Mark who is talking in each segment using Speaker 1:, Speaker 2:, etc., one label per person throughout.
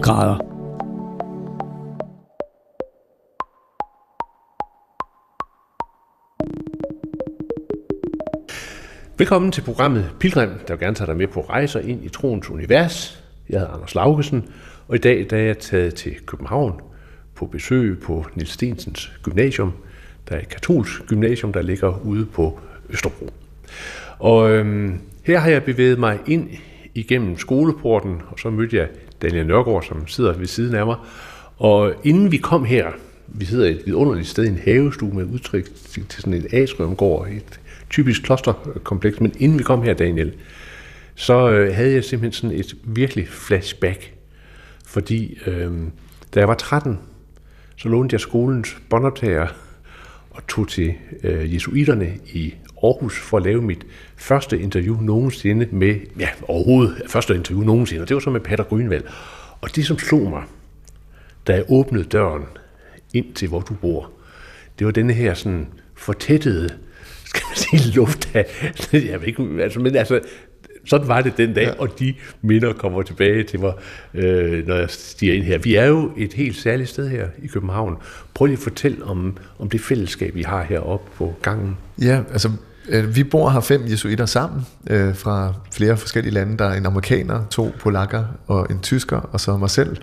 Speaker 1: grader.
Speaker 2: Velkommen til programmet Pilgrim, der vil gerne tage dig med på rejser ind i troens univers. Jeg hedder Anders Laugesen, og i dag er jeg taget til København på besøg på Niels Steensens Gymnasium. Der er et katolsk gymnasium, der ligger ude på Østerbro. Og her har jeg bevæget mig ind igennem skoleporten, og så mødte jeg Daniel Nørgaard, som sidder ved siden af mig. Og inden vi kom her, vi sidder et vidunderligt sted i en havestue med udtryk til sådan en atriumgård, et typisk klosterkompleks, men inden vi kom her, Daniel, så havde jeg simpelthen sådan et virkelig flashback, fordi da jeg var 13, så lånte jeg skolens båndoptager og tog til jesuiterne i Aarhus for at lave mit første interview nogensinde med, første interview nogensinde, og det var så med Pater Grünwald. Og det, som slog mig, da jeg åbnede døren ind til, hvor du bor, det var denne her sådan fortættede, skal man sige, luft af, jeg ved ikke, altså, men altså, sådan var det den dag, og de minder kommer tilbage til mig, når jeg stiger ind her. Vi er jo et helt særligt sted her i København. Prøv lige at fortælle om det fællesskab, vi har heroppe på gangen.
Speaker 3: Ja, altså, vi bor her 5 jesuiter sammen fra flere forskellige lande. Der er en amerikaner, 2 polakker og en tysker, og så mig selv.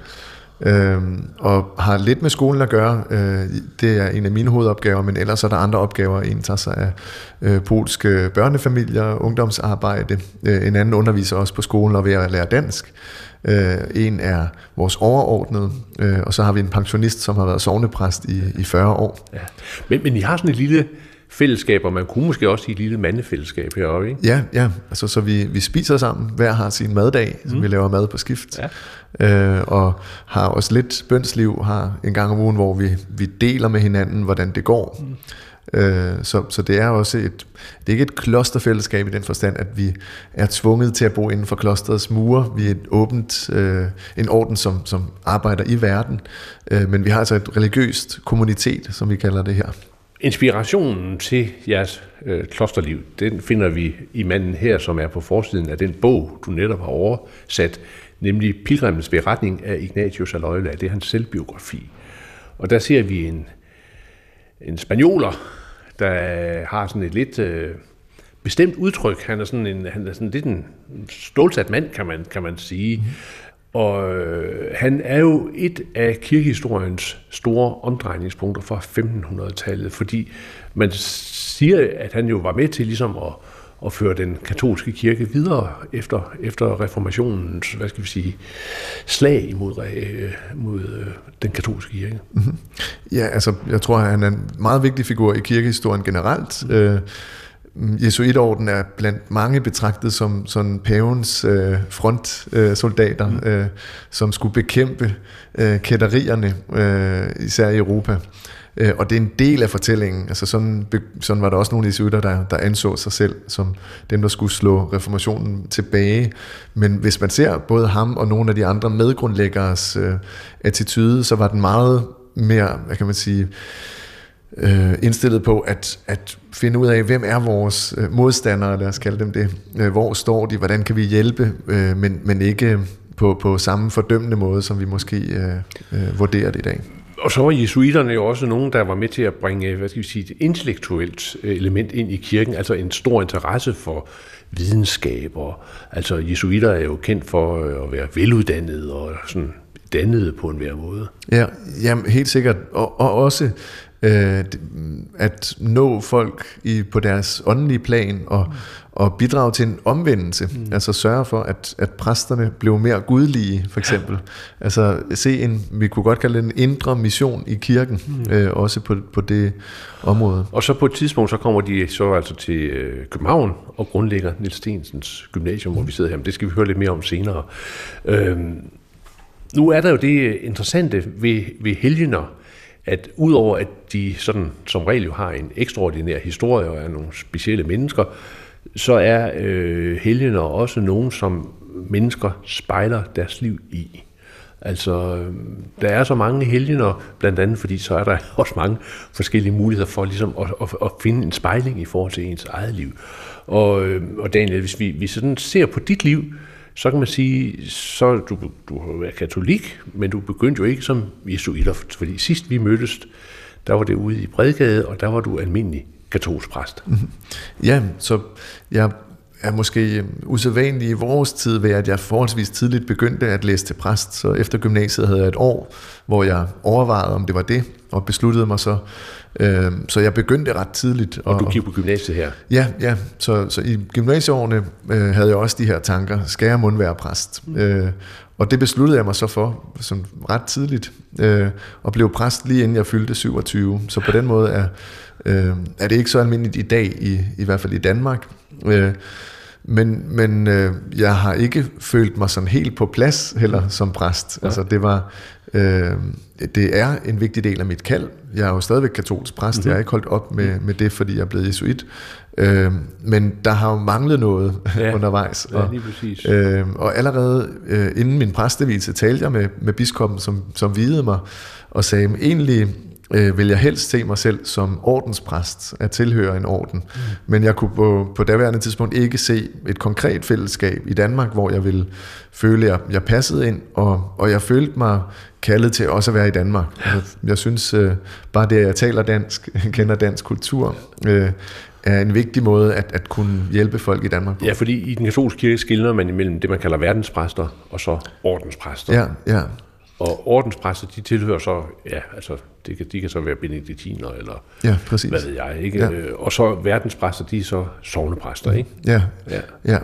Speaker 3: Og har lidt med skolen at gøre. Det er en af mine hovedopgaver, men ellers er der andre opgaver. En tager sig af polske børnefamilier, ungdomsarbejde. En anden underviser også på skolen og ved at lære dansk. En er vores overordnede, og så har vi en pensionist, som har været sognepræst i 40 år.
Speaker 2: Ja. Men I har sådan et lille fællesskab, og man kunne måske også sige et lille mandefællesskab heroppe, ikke?
Speaker 3: Ja. Altså, så vi spiser sammen. Hver har sin maddag, så vi laver mad på skift. Ja. Og har også lidt bønsliv, har en gang om ugen, hvor vi deler med hinanden, hvordan det går. Så det er også det er ikke et klosterfællesskab i den forstand, at vi er tvunget til at bo inden for klosterets mure. Vi er et åbent, en orden, som arbejder i verden, men vi har altså et religiøst kommunitet, som vi kalder det her.
Speaker 2: Inspirationen til jeres klosterliv, den finder vi i manden her, som er på forsiden af den bog, du netop har oversat, nemlig Pilgrimens beretning af Ignatius af Loyola. Det er hans selvbiografi. Og der ser vi en spanioler, der har sådan et lidt bestemt udtryk. Han er sådan lidt en stålsat mand, kan man sige. Og han er jo et af kirkehistoriens store omdrejningspunkter fra 1500-tallet, fordi man siger, at han jo var med til ligesom at føre den katolske kirke videre efter reformationens, hvad skal vi sige, slag mod den katolske kirke.
Speaker 3: Mm-hmm. Ja, altså jeg tror, han er en meget vigtig figur i kirkehistorien generelt. Jesuiterorden er blandt mange betragtet som sådan pavens frontsoldater, som skulle bekæmpe kætterierne, især i Europa. Og det er en del af fortællingen. Altså sådan var der også nogle jesuiter, der anså sig selv som dem, der skulle slå reformationen tilbage. Men hvis man ser både ham og nogle af de andre medgrundlæggeres attitude, så var den meget mere, hvad kan man sige, indstillet på at finde ud af, hvem er vores modstandere, lad os kalde dem det. Hvor står de, hvordan kan vi hjælpe, men ikke på samme fordømmende måde, som vi måske vurderer det i dag.
Speaker 2: Og så var jesuiterne jo også nogen, der var med til at bringe, hvad skal vi sige, et intellektuelt element ind i kirken, altså en stor interesse for videnskaber. Altså jesuiter er jo kendt for at være veluddannede og sådan dannede på enhver måde. Ja,
Speaker 3: jamen, helt sikkert. Og også at nå folk på deres åndelige plan og bidrage til en omvendelse. Altså sørge for, at præsterne blev mere gudelige, for eksempel. Altså vi kunne godt kalde det en indre mission i kirken, også på det område.
Speaker 2: Og så på et tidspunkt, så kommer de så altså til København og grundlægger Niels Steensens Gymnasium, hvor vi sidder her. Men det skal vi høre lidt mere om senere. Nu er der jo det interessante ved helgener, at udover at de sådan som regel jo har en ekstraordinær historie og er nogle specielle mennesker, så er helgener også nogen, som mennesker spejler deres liv i. Altså, der er så mange helgener, blandt andet fordi så er der også mange forskellige muligheder for ligesom at finde en spejling i forhold til ens eget liv. Og Daniel, hvis vi sådan ser på dit liv, så kan man sige, så du har været katolik, men du begyndte jo ikke som jesuiter, fordi sidst vi mødtes, der var det ude i Bredgade, og der var du almindelig katolsk præst.
Speaker 3: Mm-hmm. Ja, så jeg er måske usædvanlig i vores tid ved, at jeg forholdsvis tidligt begyndte at læse til præst. Så efter gymnasiet havde jeg et år, hvor jeg overvejede, om det var det, og besluttede mig så. Så jeg begyndte ret tidligt.
Speaker 2: Og du gik på gymnasiet her?
Speaker 3: Ja. Så i gymnasieårene havde jeg også de her tanker, skal jeg mon være præst? Og det besluttede jeg mig så for, sådan ret tidligt, og blev præst lige inden jeg fyldte 27. Så på den måde er det ikke så almindeligt i dag, i hvert fald i Danmark. Men jeg har ikke følt mig sådan helt på plads heller som præst. Ja. Altså det er en vigtig del af mit kald. Jeg er jo stadigvæk katolsk præst. Mm-hmm. Jeg har ikke holdt op med det, fordi jeg er blevet jesuit. Men der har jo manglet noget undervejs.
Speaker 2: Ja, lige præcis.
Speaker 3: Og allerede inden min præstevielse talte jeg med biskoppen, som vigede mig, og sagde, egentlig vil jeg helst se mig selv som ordenspræst, at tilhøre en orden. Men jeg kunne på daværende tidspunkt ikke se et konkret fællesskab i Danmark, hvor jeg ville føle, at jeg passede ind, og jeg følte mig kaldet til også at være i Danmark. Jeg synes bare det, at jeg taler dansk, kender dansk kultur, er en vigtig måde at kunne hjælpe folk i Danmark på.
Speaker 2: Ja, fordi i den katolske kirke skiller man imellem det, man kalder verdenspræster, og så ordenspræster.
Speaker 3: Ja.
Speaker 2: Og ordenspræster, de tilhører så, altså de kan så være benediktiner, eller hvad ved jeg, ikke? Ja. Og så verdenspræster, de er så sognepræster, ikke?
Speaker 3: Ja.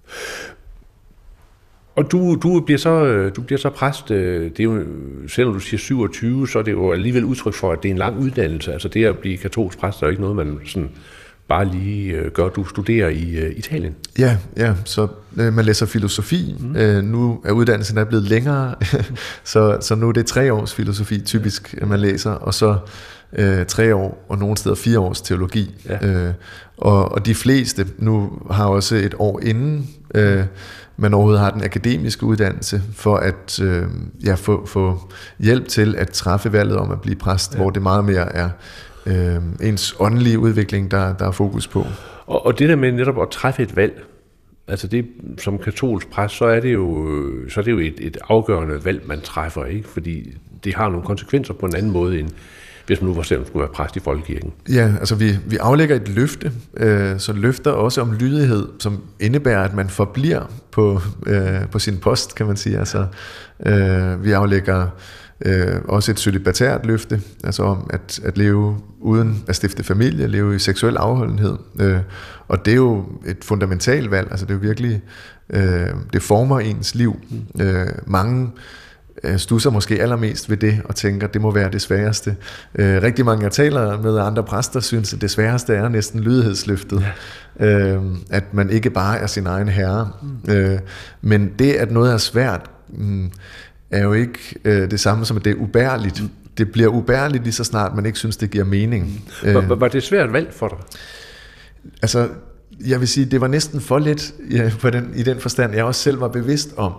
Speaker 2: Og du bliver så præst, det er jo, selvom du siger 27, så er det jo alligevel udtryk for, at det er en lang uddannelse. Altså det at blive katolsk præst er jo ikke noget, man sådan bare lige gør. Du studerer i Italien. Ja,
Speaker 3: så man læser filosofi. Nu er uddannelsen blevet længere, så nu er det 3 års filosofi typisk, man læser, og så 3 år, og nogle steder 4 års teologi. Ja. Og de fleste nu har også et år inden man overhovedet har den akademiske uddannelse, for at få hjælp til at træffe valget om at blive præst, hvor det meget mere er ens åndelige udvikling, der er fokus på.
Speaker 2: Og det der med netop at træffe et valg, altså det som katolsk præst, så er det jo et afgørende valg, man træffer, ikke? Fordi det har nogle konsekvenser på en anden måde, end hvis man nu for eksempel skulle være præst i folkekirken. Ja, altså vi aflægger et løfte, så løfter også om lydighed, som indebærer, at man forbliver på sin post, kan man sige. Altså, vi aflægger også et celibatært løfte, altså om at leve uden at stifte familie, leve i seksuel afholdenhed. Og det er jo et fundamentalt valg, altså det er jo virkelig, det former ens liv. Mange stusser måske allermest ved det, og tænker, det må være det sværeste. Rigtig mange, jeg taler med andre præster, synes, at det sværeste er næsten lydighedsløftet. Ja. At man ikke bare er sin egen herre. Men det, at noget er svært, er jo ikke det samme som, at det er ubærligt. Det bliver ubærligt lige så snart, man ikke synes, det giver mening. Var det svært valg for dig?
Speaker 3: Altså, jeg vil sige, det var næsten for let i den forstand, jeg også selv var bevidst om,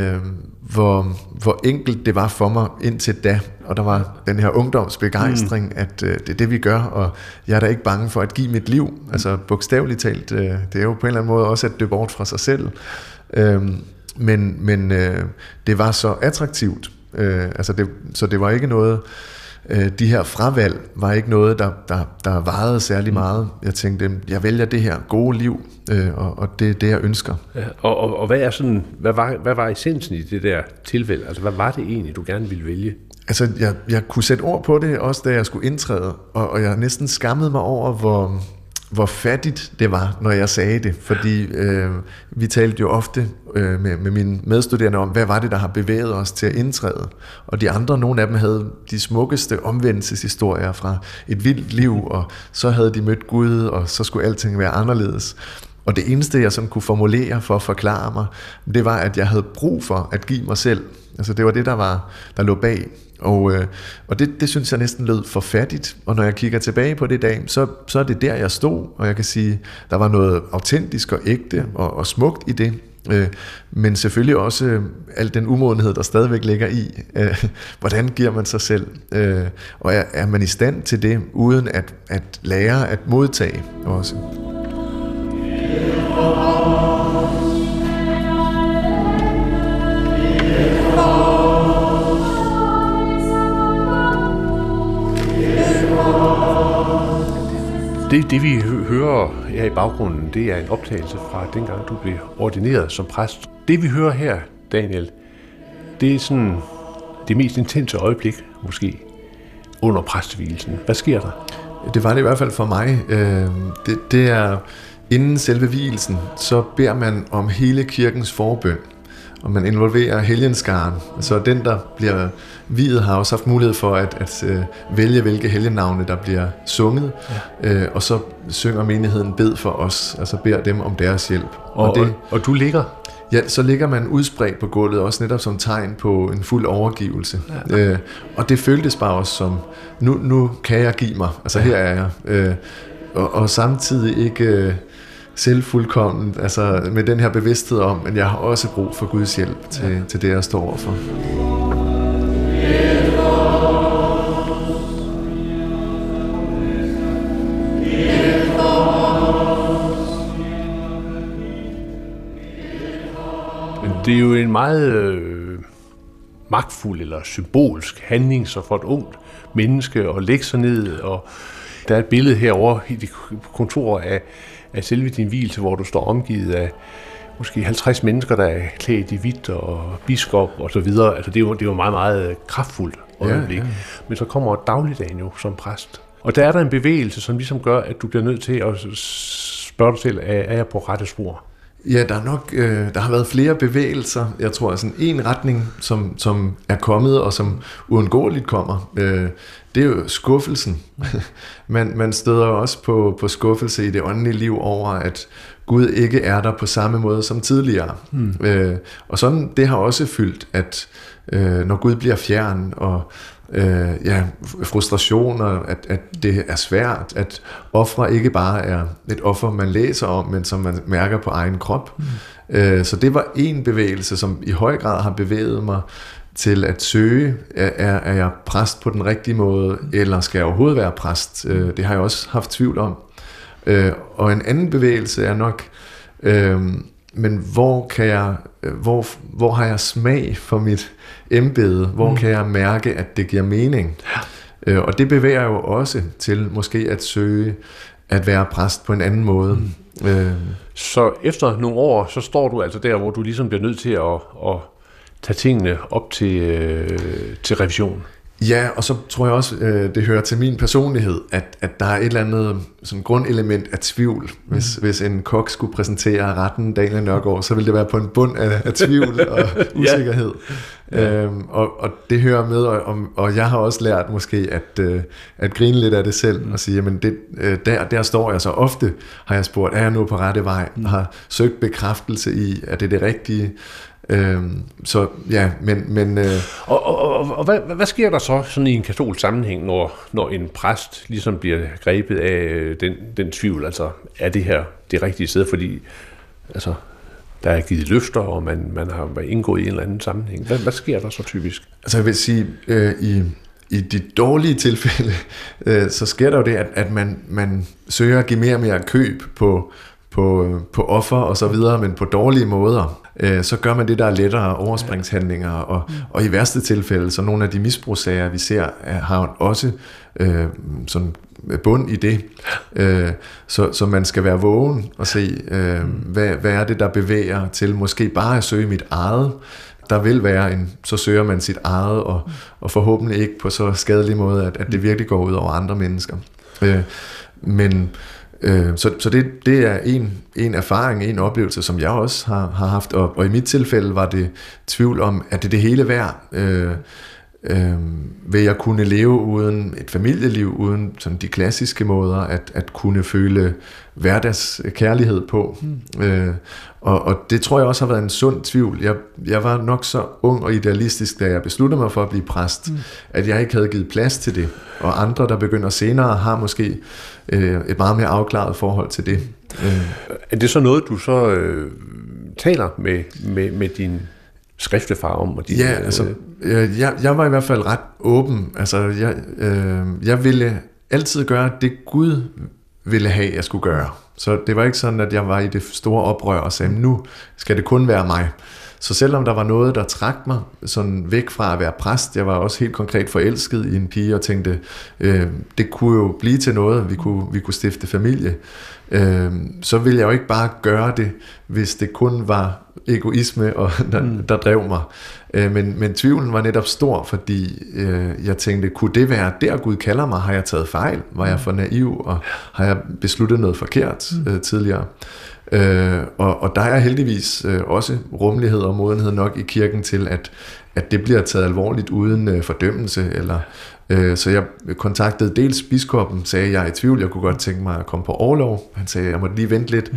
Speaker 3: hvor enkelt det var for mig indtil da, og der var den her ungdomsbegejstring, at det er det vi gør, og jeg er da ikke bange for at give mit liv, altså bogstaveligt talt, det er jo på en eller anden måde også at dø bort fra sig selv, men det var så attraktivt, så det var ikke noget, de her fravalg var ikke noget, der varede særlig meget. Jeg tænkte, jeg vælger det her gode liv, og det er det, jeg ønsker. Ja,
Speaker 2: og hvad var essensen i det der tilvalg? Altså, hvad var det egentlig, du gerne ville vælge?
Speaker 3: Altså, jeg kunne sætte ord på det, også da jeg skulle indtræde, og jeg næsten skammede mig over, hvor fattigt det var, når jeg sagde det. Fordi vi talte jo ofte med mine medstuderende om, hvad var det, der har bevæget os til at indtræde. Og de andre, nogle af dem havde de smukkeste omvendelseshistorier fra et vildt liv, og så havde de mødt Gud, og så skulle alting være anderledes. Og det eneste, jeg sådan kunne formulere for at forklare mig, det var, at jeg havde brug for at give mig selv. Altså det var det, der lå bag. Og det synes jeg næsten lød for fattigt, og når jeg kigger tilbage på det i dag, så er det der, jeg stod, og jeg kan sige, der var noget autentisk og ægte og smukt i det, men selvfølgelig også al den umodenhed, der stadigvæk ligger i, hvordan giver man sig selv, og er man i stand til det, uden at lære at modtage også.
Speaker 2: Det vi hører her i baggrunden, det er en optagelse fra dengang du blev ordineret som præst. Det vi hører her, Daniel, det er sådan det mest intense øjeblik måske under præstevielsen. Hvad sker der?
Speaker 3: Det var det i hvert fald for mig. Det er inden selve vielsen, så beder man om hele kirkens forbøn, og man involverer helgenskaren. Så den, der bliver viet, har også haft mulighed for at vælge, hvilke helgennavne, der bliver sunget, og så synger menigheden bed for os, altså beder dem om deres hjælp.
Speaker 2: Og du ligger?
Speaker 3: Ja, så ligger man udspredt på gulvet, også netop som tegn på en fuld overgivelse. Ja. Og det føltes bare også som, nu kan jeg give mig, altså her er jeg. Og samtidig ikke selvfuldkommen, altså med den her bevidsthed om, at jeg har også brug for Guds hjælp til det, jeg står overfor.
Speaker 2: Det er jo en meget magtfuld eller symbolsk handling, så for et ungt menneske at lægge sig ned, og der er et billede herovre i det kontor af selve din vielse, hvor du står omgivet af måske 50 mennesker, der er klædt i hvidt og biskop og så videre. Altså det er jo meget, meget kraftfuldt øjeblik. Ja. Men så kommer dagligdagen jo som præst. Og der er der en bevægelse, som ligesom gør, at du bliver nødt til at spørge dig selv, er jeg på rette spor?
Speaker 3: Ja, der har været flere bevægelser. Jeg tror, sådan en retning, som er kommet, og som uundgåeligt kommer, det er jo skuffelsen. Man støder også på skuffelse i det åndelige liv over, at Gud ikke er der på samme måde som tidligere. Og sådan, det har også fyldt, at når Gud bliver fjern, og frustrationer, at det er svært, at ofre ikke bare er et offer, man læser om, men som man mærker på egen krop. Så det var en bevægelse, som i høj grad har bevæget mig til at søge, er jeg præst på den rigtige måde, eller skal jeg overhovedet være præst? Det har jeg også haft tvivl om. Og en anden bevægelse er nok, men hvor har jeg smag for mit embede? Hvor kan jeg mærke, at det giver mening? Og det bevæger jo også til måske at søge at være præst på en anden måde.
Speaker 2: Så efter nogle år, så står du altså der, hvor du ligesom bliver nødt til at tage tingene op til revision.
Speaker 3: Ja, og så tror jeg også, det hører til min personlighed, at der er et eller andet sådan grundelement af tvivl. Hvis en kok skulle præsentere retten Daniel Nørgaard, så ville det være på en bund af tvivl og usikkerhed. Og det hører med, og jeg har også lært måske at grine lidt af det selv, og sige, jamen der står jeg så ofte, har jeg spurgt, er jeg nu på rette vej? Har søgt bekræftelse i, at det er det rigtige? Så ja, men
Speaker 2: Og hvad sker der så sådan i en katolsk sammenhæng, når en præst ligesom bliver grebet af den tvivl, altså er det her det rigtige sted, fordi altså der er givet løfter, og man har indgået i en eller anden sammenhæng. Hvad sker der så typisk?
Speaker 3: Altså jeg vil sige, i de dårlige tilfælde, så sker der jo det, at man søger at give mere og mere køb på offer og så videre, men på dårlige måder. Så gør man det, der er lettere overspringshandlinger, og i værste tilfælde, så nogle af de misbrugssager, vi ser, har også sådan bund i det. Så man skal være vågen og se, hvad er det, der bevæger til måske bare at søge mit eget. Der vil være så søger man sit eget, og forhåbentlig ikke på så skadelig måde, at det virkelig går ud over andre mennesker. Så det er en erfaring, en oplevelse, som jeg også har haft, og i mit tilfælde var det tvivl om, at det hele værd. Vil jeg kunne leve uden et familieliv, uden sådan de klassiske måder at kunne føle hverdagskærlighed på. Og det tror jeg også har været en sund tvivl. Jeg var nok så ung og idealistisk, da jeg besluttede mig for at blive præst, at jeg ikke havde givet plads til det. Og andre, der begynder senere, har måske et meget mere afklaret forhold til det.
Speaker 2: Er det så noget, du så taler med din skriftefar om? Og
Speaker 3: ja, altså, jeg var i hvert fald ret åben. Altså, jeg ville altid gøre det, Gud ville have, jeg skulle gøre. Så det var ikke sådan, at jeg var i det store oprør og sagde, nu skal det kun være mig. så selvom der var noget, der trak mig sådan væk fra at være præst, jeg var også helt konkret forelsket i en pige og tænkte, det kunne jo blive til noget, vi kunne stifte familie, så ville jeg jo ikke bare gøre det, hvis det kun var egoisme, og der drev mig. Men tvivlen var netop stor, fordi jeg tænkte, kunne det være der Gud kalder mig? Har jeg taget fejl? Var jeg for naiv? Og har jeg besluttet noget forkert tidligere? Og der er heldigvis også rummelighed og modenhed nok i kirken til, at det bliver taget alvorligt uden fordømmelse. Så jeg kontaktede dels biskoppen, sagde jeg i tvivl, jeg kunne godt tænke mig at komme på orlov. Han sagde, jeg måtte lige vente lidt.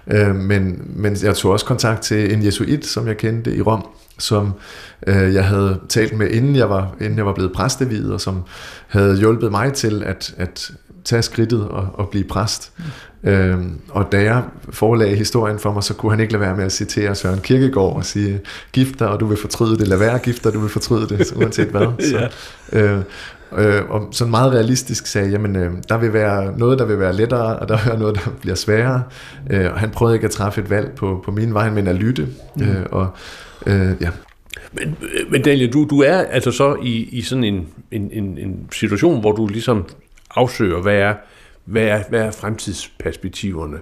Speaker 3: Men jeg tog også kontakt til en jesuit, som jeg kendte i Rom, som jeg havde talt med, inden jeg var blevet præsteviet, og som havde hjulpet mig til at tage skridtet og blive præst. Og da jeg forelagde historien for mig, så kunne han ikke lade være med at citere Søren Kierkegaard og sige, gift dig, og du vil fortryde det, lad være gift dig, du vil fortryde det, uanset hvad. Så, og sådan meget realistisk sagde, jamen der vil være noget, der vil være lettere, og der vil være noget, der bliver sværere. Og han prøvede ikke at træffe et valg på min vej, men at lytte. Ja.
Speaker 2: Men Daniel, du er altså så i sådan en situation, hvor du ligesom afsøger, hvad er fremtidsperspektiverne.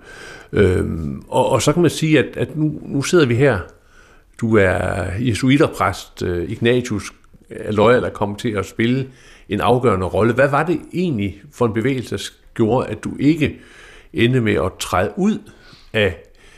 Speaker 2: Og så kan man sige, at nu sidder vi her. Du er jesuiterpræst, Ignatius af Loyola kom til at spille en afgørende rolle. Hvad var det egentlig for en bevægelse, der gjorde, at du ikke endte med at træde ud af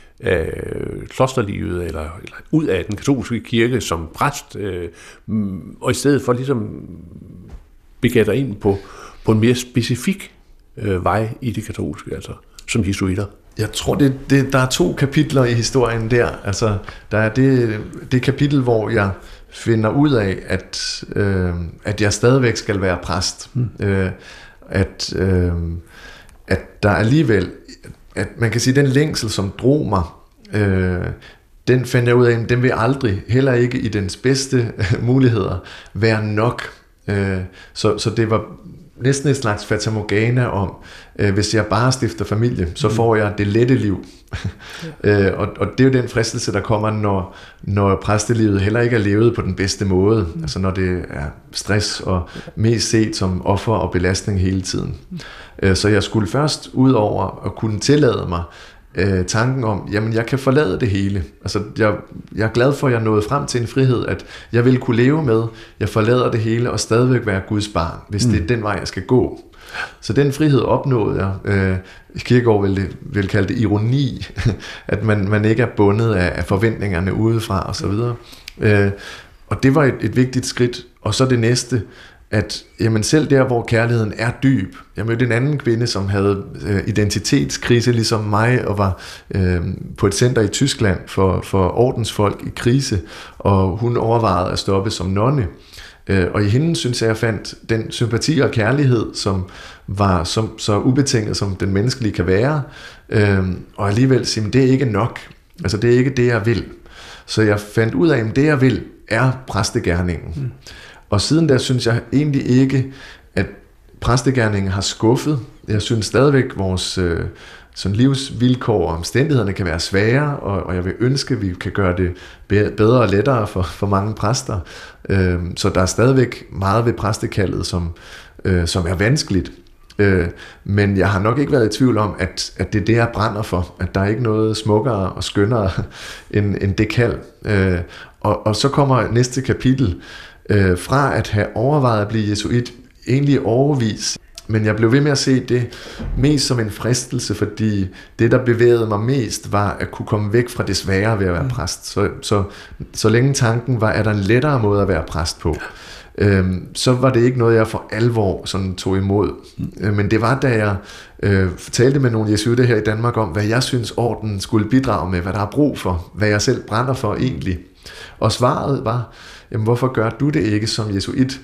Speaker 2: klosterlivet eller ud af den katolske kirke som præst, og i stedet for ligesom begav dig ind på en mere specifik vej i det katolske, altså som jesuiter?
Speaker 3: Jeg tror, der er 2 kapitler i historien der. Altså, der er det kapitel, hvor jeg finder ud af, at jeg stadigvæk skal være præst. At der alligevel, at man kan sige, den længsel, som drog mig, den fandt jeg ud af, den vil aldrig, heller ikke i dens bedste muligheder, være nok. Så det var næsten et slags fatamorgana om, hvis jeg bare stifter familie, så får jeg det lette liv. Og det er jo den fristelse, der kommer, når præstelivet heller ikke er levet på den bedste måde. Altså når det er stress og mest set som offer og belastning hele tiden. Så jeg skulle først ud over at kunne tillade mig tanken om, jamen jeg kan forlade det hele. Altså jeg er glad for, at jeg nåede frem til en frihed, at jeg vil kunne leve med, jeg forlader det hele og stadigvæk være Guds barn, hvis det er den vej, jeg skal gå. Så den frihed opnåede jeg. Kierkegaard vil kalde det ironi, at man ikke er bundet af forventningerne udefra og så videre. Og det var et vigtigt skridt. Og så det næste, at jamen selv der, hvor kærligheden er dyb. Jeg mødte en anden kvinde, som havde identitetskrise ligesom mig, og var på et center i Tyskland for ordensfolk i krise, og hun overvejede at stoppe som nonne. Og i hende synes jeg fandt den sympati og kærlighed, som var så ubetinget, som den menneskelige kan være, og alligevel sige, det er ikke nok. Altså det er ikke det, jeg vil. Så jeg fandt ud af, at det, jeg vil, er præstegerningen. Og siden der synes jeg egentlig ikke, at præstegerningen har skuffet. Jeg synes stadigvæk, vores sådan livsvilkår og omstændighederne kan være svære, og jeg vil ønske, at vi kan gøre det bedre og lettere for mange præster. Så der er stadigvæk meget ved præstekaldet, som er vanskeligt. Men jeg har nok ikke været i tvivl om, at det er det, jeg brænder for. At der er ikke noget smukkere og skønnere end det kald. Og så kommer næste kapitel, fra at have overvejet at blive jesuit, egentlig overvis. Men jeg blev ved med at se det mest som en fristelse, fordi det, der bevægede mig mest, var at kunne komme væk fra det svære ved at være præst. Så længe tanken var, at der en lettere måde at være præst på, så var det ikke noget, jeg for alvor sådan tog imod. Men det var, da jeg talte med nogle jesuiter her i Danmark om, hvad jeg synes, ordenen skulle bidrage med, hvad der er brug for, hvad jeg selv brænder for egentlig. Og svaret var, jamen hvorfor gør du det ikke som jesuit?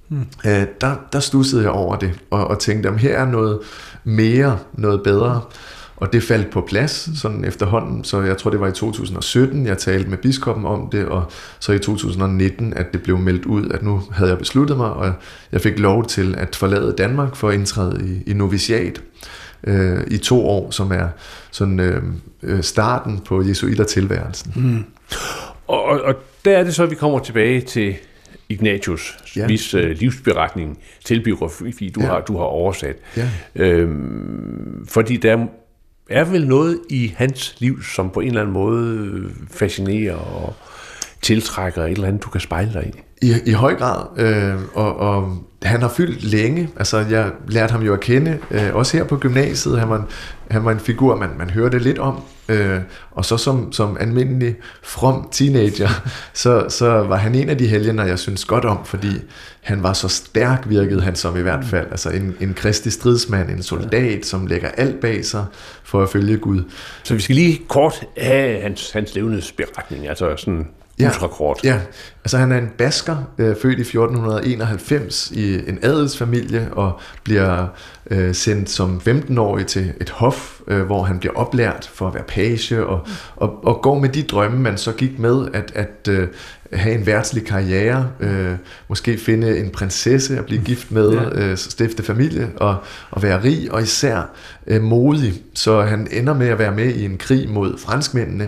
Speaker 3: Der studsede jeg over det, og tænkte, jamen her er noget mere, noget bedre. Og det faldt på plads sådan efterhånden, så jeg tror det var i 2017, jeg talte med biskoppen om det, og så i 2019, at det blev meldt ud, at nu havde jeg besluttet mig, og jeg fik lov til at forlade Danmark for at indtræde i noviciat i 2 år, som er sådan starten på jesuitertilværelsen.
Speaker 2: Og der er det så, at vi kommer tilbage til Ignatius, hvis livsberetning, selvbiografi, du har oversat. Ja. Fordi der er vel noget i hans liv, som på en eller anden måde fascinerer og tiltrækker et eller andet, du kan spejle dig i.
Speaker 3: I høj grad, og han har fyldt længe. Altså, jeg lærte ham jo at kende, også her på gymnasiet. Han var en figur, man hørte lidt om, og så som almindelig from teenager, så var han en af de helgener, jeg synes godt om, fordi han var så stærk, virkede han som i hvert fald. Altså en kristig stridsmand, en soldat, som lægger alt bag sig for at følge Gud.
Speaker 2: Så vi skal lige kort have hans levnedsberetning, altså sådan ultrakort.
Speaker 3: Ja, altså han er en basker, født i 1491 i en adelsfamilie, og bliver sendt som 15-årig til et hof, hvor han bliver oplært for at være page, og går med de drømme, man så gik med, at have en verdslig karriere, måske finde en prinsesse at blive gift med, stifte familie og være rig, og især modig. Så han ender med at være med i en krig mod franskmændene,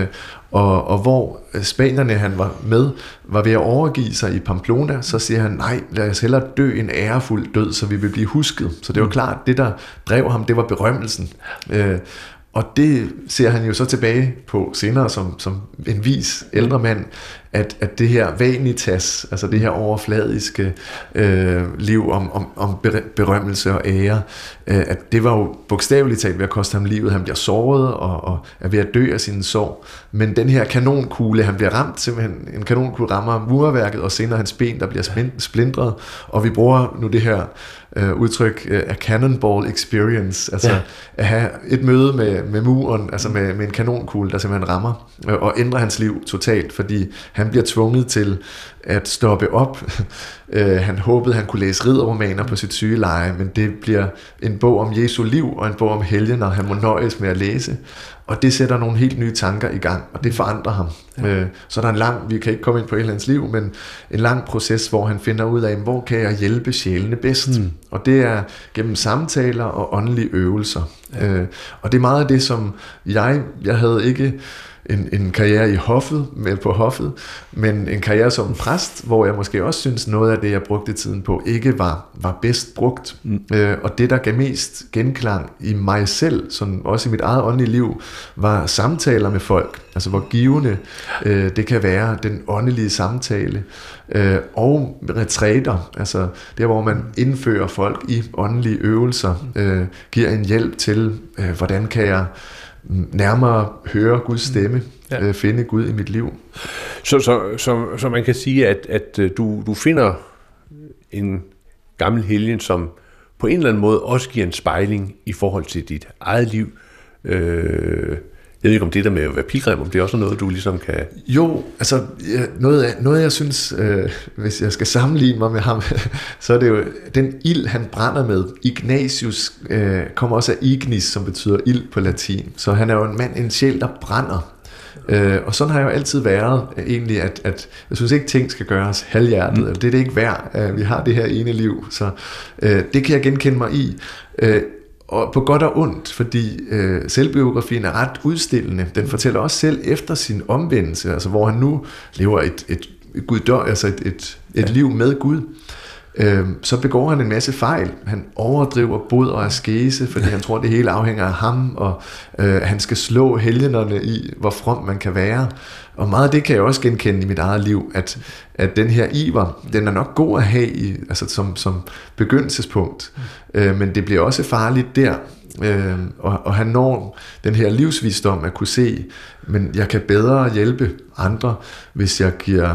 Speaker 3: og hvor spanierne, han var med, var ved at overgive sig i Pamplona, så siger han, nej, lad os hellere dø en ærefuld død, så vi vil blive husket. Så det var klart, det der drev ham, det var berømmelsen. Og det ser han jo så tilbage på senere som en vis ældre mand, at det her vanitas, altså det her overfladiske liv om berømmelse og ære, at det var jo bogstaveligt talt ved at koste ham livet. Han bliver såret og er ved at dø af sin sorg. Men den her kanonkugle, han bliver ramt, simpelthen en kanonkugle rammer murværket, og senere hans ben, der bliver splintret. Og vi bruger nu det her udtryk a cannonball experience, altså at have et møde med muren, altså med en kanonkugle, der simpelthen rammer og ændrer hans liv totalt, fordi han bliver tvunget til at stoppe op. Han håbede, han kunne læse ridderromaner på sit sygeleje, men det bliver en bog om Jesu liv og en bog om helgener, han må nøjes med at læse. Og det sætter nogle helt nye tanker i gang, og det forandrer ham. Ja. Så der er vi kan ikke komme ind på et eller andet liv, men en lang proces, hvor han finder ud af, hvor kan jeg hjælpe sjælene bedst? Og det er gennem samtaler og åndelige øvelser. Ja. Og det er meget af det, som jeg havde ikke en karriere på hoffet, men en karriere som præst, hvor jeg måske også synes, noget af det, jeg brugte tiden på, ikke var bedst brugt. Og det, der gav mest genklang i mig selv, som også i mit eget åndelige liv, var samtaler med folk. Altså hvor givende det kan være, den åndelige samtale. Og retræter, altså der, hvor man indfører folk i åndelige øvelser, giver en hjælp til, hvordan kan jeg nærmere høre Guds stemme, finde Gud i mit liv.
Speaker 2: Så man kan sige, at du finder en gammel helgen, som på en eller anden måde også giver en spejling i forhold til dit eget liv. Jeg ved ikke, om det der med at være pilgrim, om det er også noget, du ligesom kan...
Speaker 3: Jo, altså noget jeg synes, hvis jeg skal sammenligne mig med ham, så er det jo den ild, han brænder med. Ignatius kommer også af ignis, som betyder ild på latin. Så han er jo en sjæl, der brænder. Og sådan har jeg jo altid været egentlig, at jeg synes ikke, ting skal gøres halvhjertet, eller det er det ikke værd. Vi har det her ene liv, så det kan jeg genkende mig i. Og på godt og ondt, fordi selvbiografien er ret udstillende. Den fortæller også selv efter sin omvendelse, altså hvor han nu lever et liv med Gud. Så begår han en masse fejl. Han overdriver bod og askese, fordi han tror, det hele afhænger af ham, og han skal slå helgenerne i, hvor from man kan være. Og meget af det kan jeg også genkende i mit eget liv, at den her iver, den er nok god at have som begyndelsespunkt, men det bliver også farligt der. Og han når den her livsvisdom at kunne se, men jeg kan bedre hjælpe andre, hvis jeg giver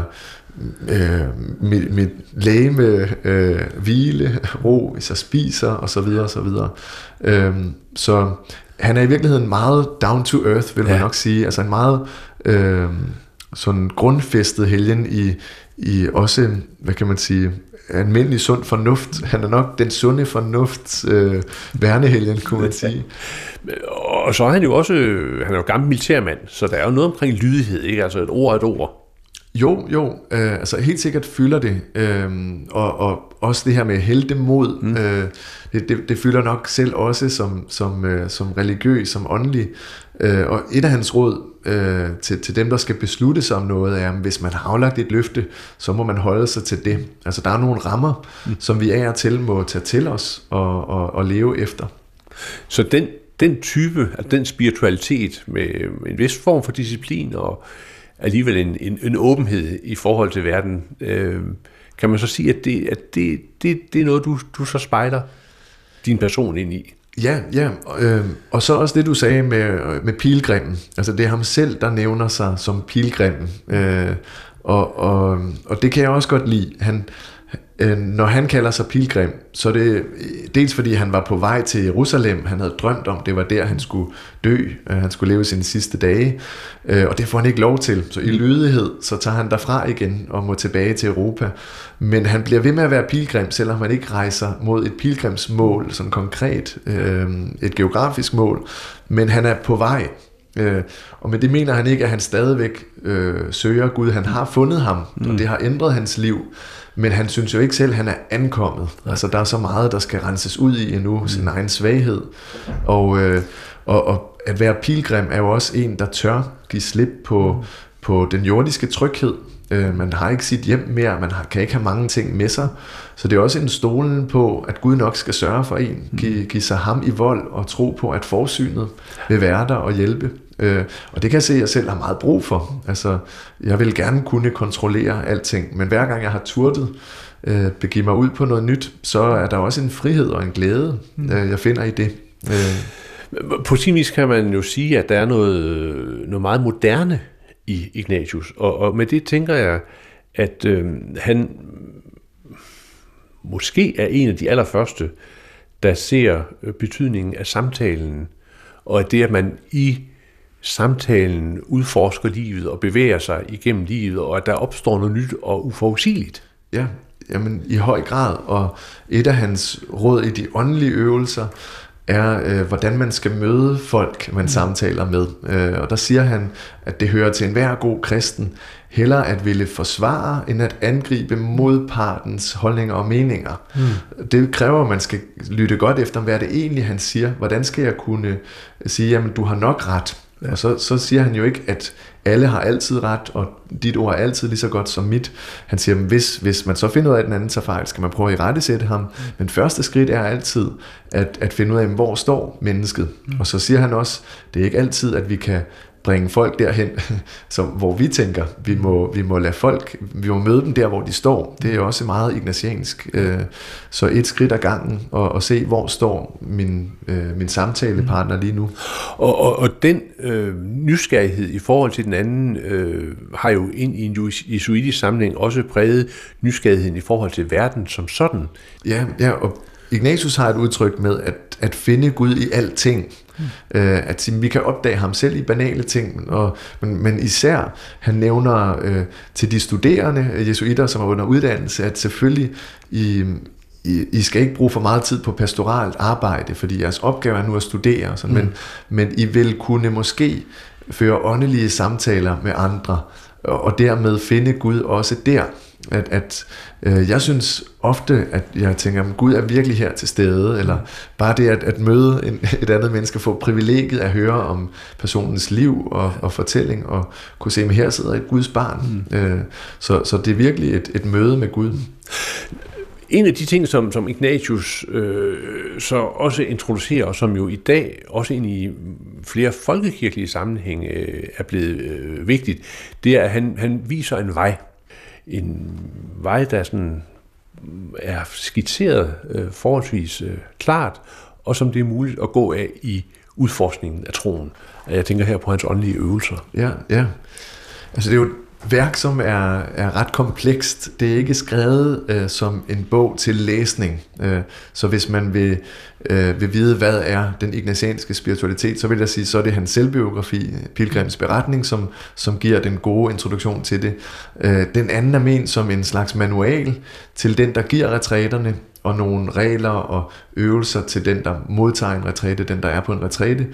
Speaker 3: mit legeme hvile, ro, hvis jeg spiser og så videre og så videre. Så han er i virkeligheden meget down to earth, vil man nok sige, altså en meget sådan grundfæstet helgen i også, hvad kan man sige, almindelig sund fornuft. Han er nok den sunde fornufts værnehelgen, kunne man sige.
Speaker 2: Og så er han jo også, han er jo gammel militærmand, så der er jo noget omkring lydighed, ikke? Altså et ord er et ord.
Speaker 3: Jo, altså helt sikkert fylder det, og også det her med heltemod, det fylder nok selv også som religiøs, som åndelig, og et af hans råd til dem, der skal beslutte sig om noget, er, at hvis man har aflagt et løfte, så må man holde sig til det. Altså der er nogle rammer, som vi af og til må tage til os og leve efter.
Speaker 2: Så den type, altså den spiritualitet med en vis form for disciplin og alligevel en åbenhed i forhold til verden, kan man så sige, at det er noget, du så spejler din person ind i?
Speaker 3: Ja, og så også det, du sagde med pilgrimmen. Altså det er ham selv, der nævner sig som pilgrimmen. Og det kan jeg også godt lide. Når han kalder sig pilgrim, så er det dels fordi han var på vej til Jerusalem, han havde drømt om, det var der han skulle dø, han skulle leve sine sidste dage, og det får han ikke lov til. Så i lydighed, så tager han derfra igen og må tilbage til Europa. Men han bliver ved med at være pilgrim, selvom han ikke rejser mod et pilgrimsmål, sådan konkret, et geografisk mål, men han er på vej. Og med det mener han ikke, at han stadigvæk søger Gud. Han har fundet ham, og det har ændret hans liv. Men han synes jo ikke selv, at han er ankommet. Altså der er så meget, der skal renses ud i endnu, sin egen svaghed. Og at være pilgrim er jo også en, der tør give slip på den jordiske tryghed. Man har ikke sit hjem mere, man kan ikke have mange ting med sig. Så det er også en stolen på, at Gud nok skal sørge for en. Give sig ham i vold og tro på, at forsynet vil være der og hjælpe. Og det kan jeg se, at jeg selv har meget brug for. Altså, jeg vil gerne kunne kontrollere alting, men hver gang jeg har turtet begive mig ud på noget nyt, så er der også en frihed og en glæde, jeg finder i det.
Speaker 2: På sin vis kan man jo sige, at der er noget meget moderne i Ignatius, og med det tænker jeg, at han måske er en af de allerførste, der ser betydningen af samtalen, og at det, at man i samtalen udforsker livet og bevæger sig igennem livet, og at der opstår noget nyt og uforudsigeligt.
Speaker 3: Ja, jamen i høj grad, og et af hans råd i de åndelige øvelser er, hvordan man skal møde folk, man samtaler med. Og der siger han, at det hører til enhver god kristen, hellere at ville forsvare, end at angribe modpartens holdninger og meninger. Det kræver, at man skal lytte godt efter, hvad det egentlig han siger. Hvordan skal jeg kunne sige, jamen du har nok ret? Ja. Og så siger han jo ikke, at alle har altid ret, og dit ord er altid lige så godt som mit. Han siger, hvis man så finder ud af, at den anden tager fejl, skal man prøve at irettesætte ham. Men første skridt er altid at finde ud af, hvor står mennesket. Og så siger han også, det er ikke altid, at vi kan bringe folk derhen, hvor vi tænker, vi må lade folk, vi må møde dem der, hvor de står. Det er også meget ignatiansk. Så et skridt ad gangen, og se, hvor står min samtalepartner lige nu.
Speaker 2: Og den nysgerrighed i forhold til den anden, har jo ind i en jesuitisk sammenhæng også præget nysgerrigheden i forhold til verden som sådan.
Speaker 3: Ja, og Ignatius har et udtryk med at finde Gud i alting. At vi kan opdage ham selv i banale ting, men især han nævner til de studerende jesuitter, som er under uddannelse, at selvfølgelig I skal ikke bruge for meget tid på pastoralt arbejde, fordi jeres opgave er nu at studere, men I vil kunne måske føre åndelige samtaler med andre, og dermed finde Gud også der. Jeg synes ofte, at jeg tænker, at Gud er virkelig her til stede, eller bare det at møde et andet menneske, få privilegiet at høre om personens liv og fortælling, og kunne se, at her sidder et Guds barn. Så det er virkelig et møde med Gud.
Speaker 2: En af de ting, som Ignatius så også introducerer, og som jo i dag også ind i flere folkekirkelige sammenhænge er blevet vigtigt, det er, at han viser en vej. En vej, der sådan er skitseret forholdsvis klart, og som det er muligt at gå af i udforskningen af troen. Jeg tænker her på hans åndelige øvelser.
Speaker 3: Ja. Altså det er jo værk, som er ret komplekst. Det er ikke skrevet som en bog til læsning. Så hvis man vil vide, hvad er den ignatianske spiritualitet, så vil jeg sige, så er det hans selvbiografi, Pilgrims beretning, som giver den gode introduktion til det. Den anden er ment som en slags manual til den, der giver retræterne, og nogle regler og øvelser til den, der modtager en retræte, den, der er på en retræte.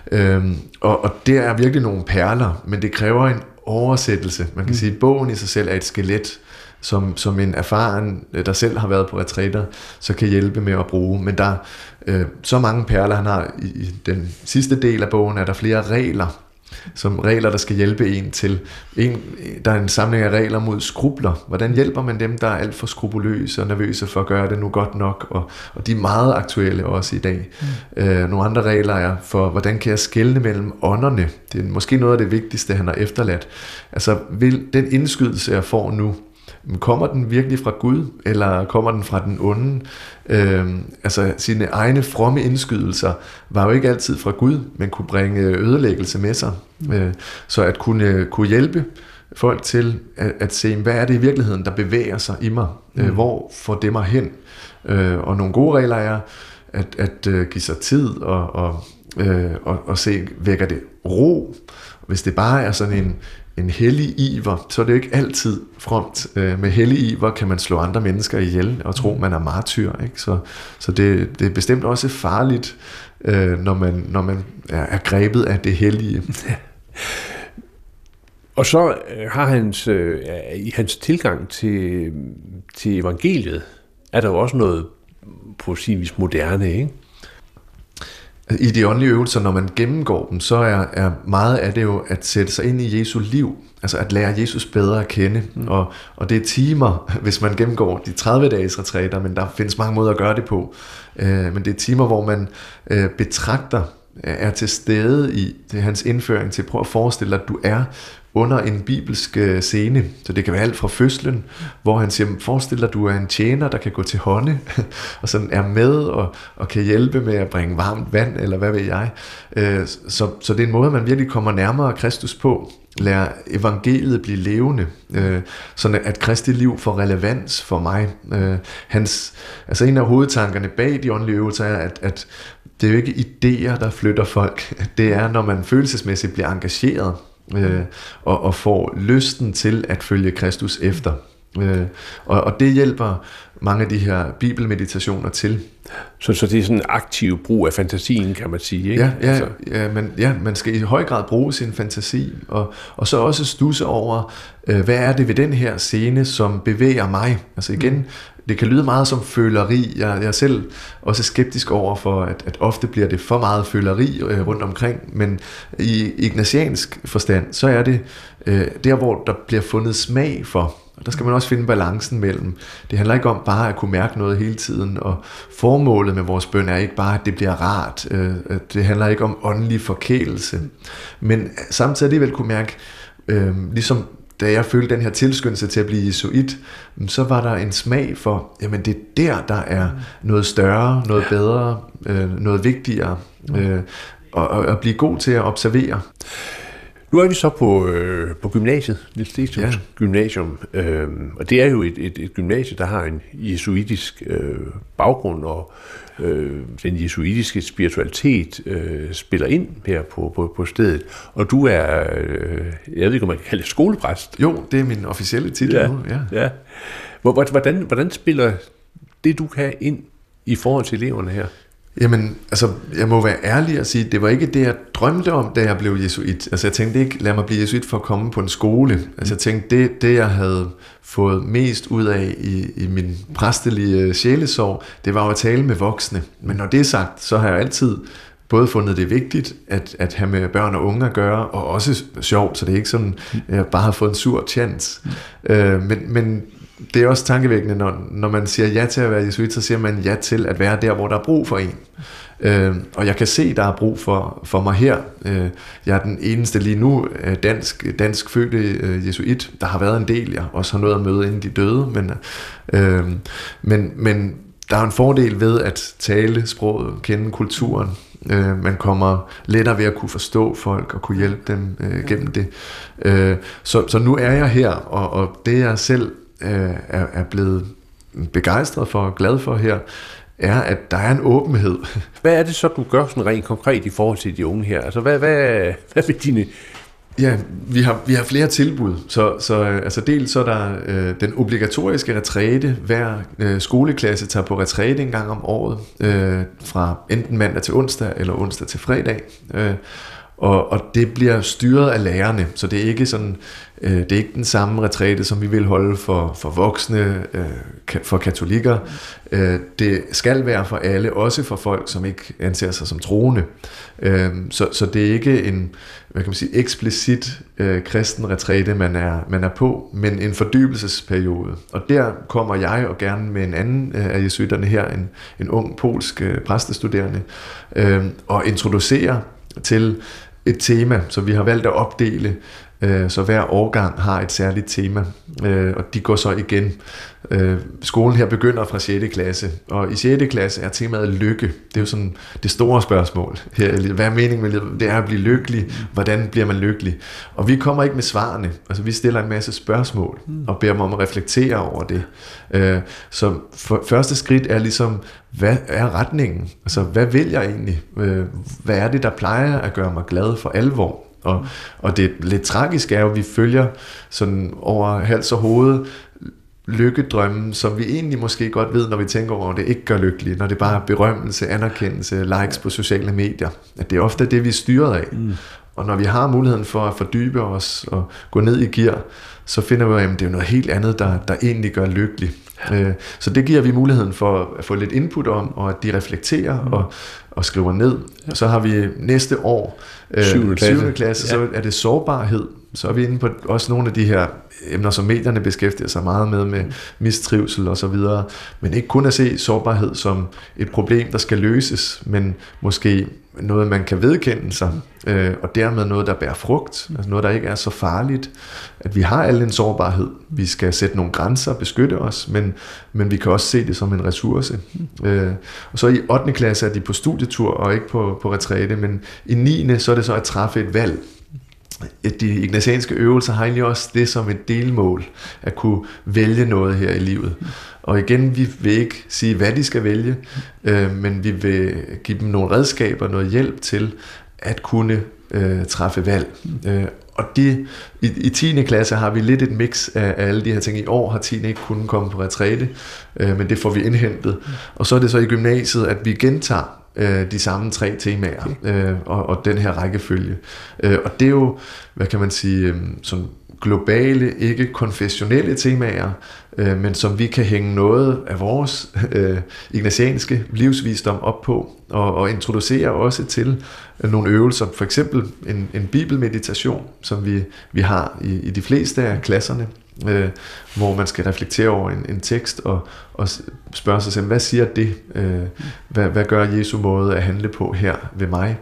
Speaker 3: Og det er virkelig nogle perler, men det kræver en oversættelse. Man kan sige, at bogen i sig selv er et skelet, som en erfaren, der selv har været på retræter, så kan hjælpe med at bruge. Men der er så mange perler, han har i den sidste del af bogen, er der flere regler, som regler, der skal hjælpe en til. Der er en samling af regler mod skrubler. Hvordan hjælper man dem, der er alt for skrupuløse og nervøse for at gøre det nu godt nok? Og de er meget aktuelle også i dag. Nogle andre regler er for, hvordan kan jeg skelne mellem ånderne? Det er måske noget af det vigtigste, han har efterladt. Altså, vil den indskydelse, jeg får nu, kommer den virkelig fra Gud, eller kommer den fra den onde? Altså sine egne fromme indskydelser var jo ikke altid fra Gud, men kunne bringe ødelæggelse med sig. Så at kunne hjælpe folk til at se, hvad er det i virkeligheden, der bevæger sig i mig? Hvor får det mig hen? Og nogle gode regler er at give sig tid og se, vækker det ro? Hvis det bare er sådan en hellig iver, så er det jo ikke altid fromt. Med hellig iver kan man slå andre mennesker ihjel og tro, man er martyr. Ikke? Så det er bestemt også farligt, når man er grebet af det hellige.
Speaker 2: Og så har i hans tilgang til evangeliet, er der jo også noget på sin vis moderne, ikke?
Speaker 3: I de åndelige øvelser, når man gennemgår dem, så er meget af det jo at sætte sig ind i Jesu liv, altså at lære Jesus bedre at kende. Og det er timer, hvis man gennemgår de 30-dages retræter, men der findes mange måder at gøre det på. Men det er timer, hvor man betragter, er til stede i det hans indføring til, prøv at forestille dig, at du er under en bibelsk scene. Så det kan være alt fra fødslen, hvor han siger, forestil dig, at du er en tjener, der kan gå til hånde, og sådan er med og kan hjælpe med at bringe varmt vand, eller hvad ved jeg. Så det er en måde, man virkelig kommer nærmere Kristus på. Lad evangeliet blive levende, sådan at Kristi liv får relevans for mig. Altså en af hovedtankerne bag de åndelige øvelser er, at det er jo ikke idéer, der flytter folk. Det er, når man følelsesmæssigt bliver engageret, og får lysten til at følge Kristus efter. Og det hjælper mange af de her bibelmeditationer til.
Speaker 2: Så det er sådan en aktiv brug af fantasien, kan man sige, ikke?
Speaker 3: Man skal i høj grad bruge sin fantasi, og så også studse over, hvad er det ved den her scene, som bevæger mig? Altså igen, det kan lyde meget som føleri. Jeg er selv også skeptisk over for, at ofte bliver det for meget føleri rundt omkring, men i ignatiansk forstand, så er det der, hvor der bliver fundet smag for. Og der skal man også finde balancen mellem. Det handler ikke om bare at kunne mærke noget hele tiden, og formålet med vores bøn er ikke bare, at det bliver rart. Det handler ikke om åndelig forkælelse. Men samtidig alligevel kunne mærke, ligesom da jeg følte den her tilskyndelse til at blive jesuit, så var der en smag for, jamen det er der er noget større, noget bedre, noget vigtigere, og at blive god til at observere.
Speaker 2: Nu er vi så på gymnasiet, Niels Steenstrups Gymnasium, og det er jo et gymnasie, der har en jesuitisk baggrund, og den jesuitiske spiritualitet spiller ind her på stedet. Og du er, jeg ved ikke, om man kan kalde det skolepræst.
Speaker 3: Jo, det er min officielle titel nu.
Speaker 2: Ja. Hvordan spiller det, du kan, ind i forhold til eleverne her?
Speaker 3: Jamen, altså, jeg må være ærlig og sige, det var ikke det, jeg drømte om, da jeg blev jesuit. Altså, jeg tænkte ikke, lad mig blive jesuit for at komme på en skole. Altså, jeg tænkte, det jeg havde fået mest ud af i min præstelige sjælesorg, det var jo at tale med voksne. Men når det er sagt, så har jeg altid både fundet det vigtigt at have med børn og unge at gøre, og også sjovt, så det er ikke sådan, jeg bare har fået en sur chance. Men det er også tankevækkende, når man siger ja til at være jesuit, så siger man ja til at være der, hvor der er brug for en. Og jeg kan se, der er brug for mig her. Jeg er den eneste lige nu dansk fødte jesuit. Der har været en del, jeg også har nået at møde, inden de døde. Men der er en fordel ved at tale sproget, kende kulturen. Man kommer lettere ved at kunne forstå folk og kunne hjælpe dem gennem det. Så nu er jeg her, og det jeg selv er blevet begejstret for og glad for her, er, at der er en åbenhed.
Speaker 2: Hvad er det så, du gør sådan rent konkret i forhold til de unge her? Altså, hvad vil dine...
Speaker 3: Ja, vi har flere tilbud. Så altså dels så er der den obligatoriske retræte. Hver skoleklasse tager på retræte en gang om året, fra enten mandag til onsdag eller onsdag til fredag. Og det bliver styret af lærerne, så det er ikke sådan, det er ikke den samme retræte, som vi vil holde for voksne, for katolikker. Det skal være for alle, også for folk, som ikke anser sig som troende. Så det er ikke en, hvad kan man sige, eksplicit kristen retræte, man er på, men en fordybelsesperiode. Og der kommer jeg og gerne med en anden af jesuitterne her, en ung polsk præstestuderende, og introducerer til et tema, så vi har valgt at opdele, så hver årgang har et særligt tema, og de går så igen. Skolen her begynder fra 6. klasse, og i 6. klasse er temaet lykke. Det er jo sådan det store spørgsmål. Hvad er meningen med livet? Det er at blive lykkelig. Hvordan bliver man lykkelig? Og vi kommer ikke med svarene. Altså vi stiller en masse spørgsmål, og beder dem om at reflektere over det. Så første skridt er ligesom, hvad er retningen? Altså hvad vil jeg egentlig? Hvad er det, der plejer at gøre mig glad for alvor? Og det lidt tragiske er jo, at vi følger sådan over hals og hoved lykkedrømmen, som vi egentlig måske godt ved, når vi tænker over, at det ikke gør lykkelig, når det bare er berømmelse, anerkendelse, likes på sociale medier. At det er ofte det, vi er styret af. Og når vi har muligheden for at fordybe os og gå ned i gear, så finder vi, at det er noget helt andet, der egentlig gør lykkelig. Så det giver vi muligheden for at få lidt input om, og at de reflekterer og skriver ned. Så har vi næste år, 7. klasse, så er det sårbarhed. Så er vi inde på også nogle af de her emner, som medierne beskæftiger sig meget med mistrivsel og så videre. Men ikke kun at se sårbarhed som et problem, der skal løses, men måske noget, man kan vedkende sig, og dermed noget, der bærer frugt, altså noget, der ikke er så farligt, at vi har alle en sårbarhed. Vi skal sætte nogle grænser og beskytte os, men vi kan også se det som en ressource. Og så i 8. klasse er de på studietur og ikke på retræte, men i 9. så er det så at træffe et valg. De ignatianske øvelser har egentlig også det som et delmål, at kunne vælge noget her i livet. Og igen, vi vil ikke sige, hvad de skal vælge, men vi vil give dem nogle redskaber, noget hjælp til at kunne træffe valg. Og i 10. klasse har vi lidt et mix af alle de her ting. I år har 10. ikke kunnet komme på retræte, men det får vi indhentet. Og så er det så i gymnasiet, at vi gentager de samme 3 temaer, og den her rækkefølge. Og det er jo, hvad kan man sige, sådan globale, ikke konfessionelle temaer, men som vi kan hænge noget af vores ignatianske livsvisdom op på, og introducere også til nogle øvelser, for eksempel en bibelmeditation, som vi har i de fleste af klasserne, hvor man skal reflektere over en tekst og spørge sig selv, hvad siger det? Hvad gør Jesu måde at handle på her ved mig?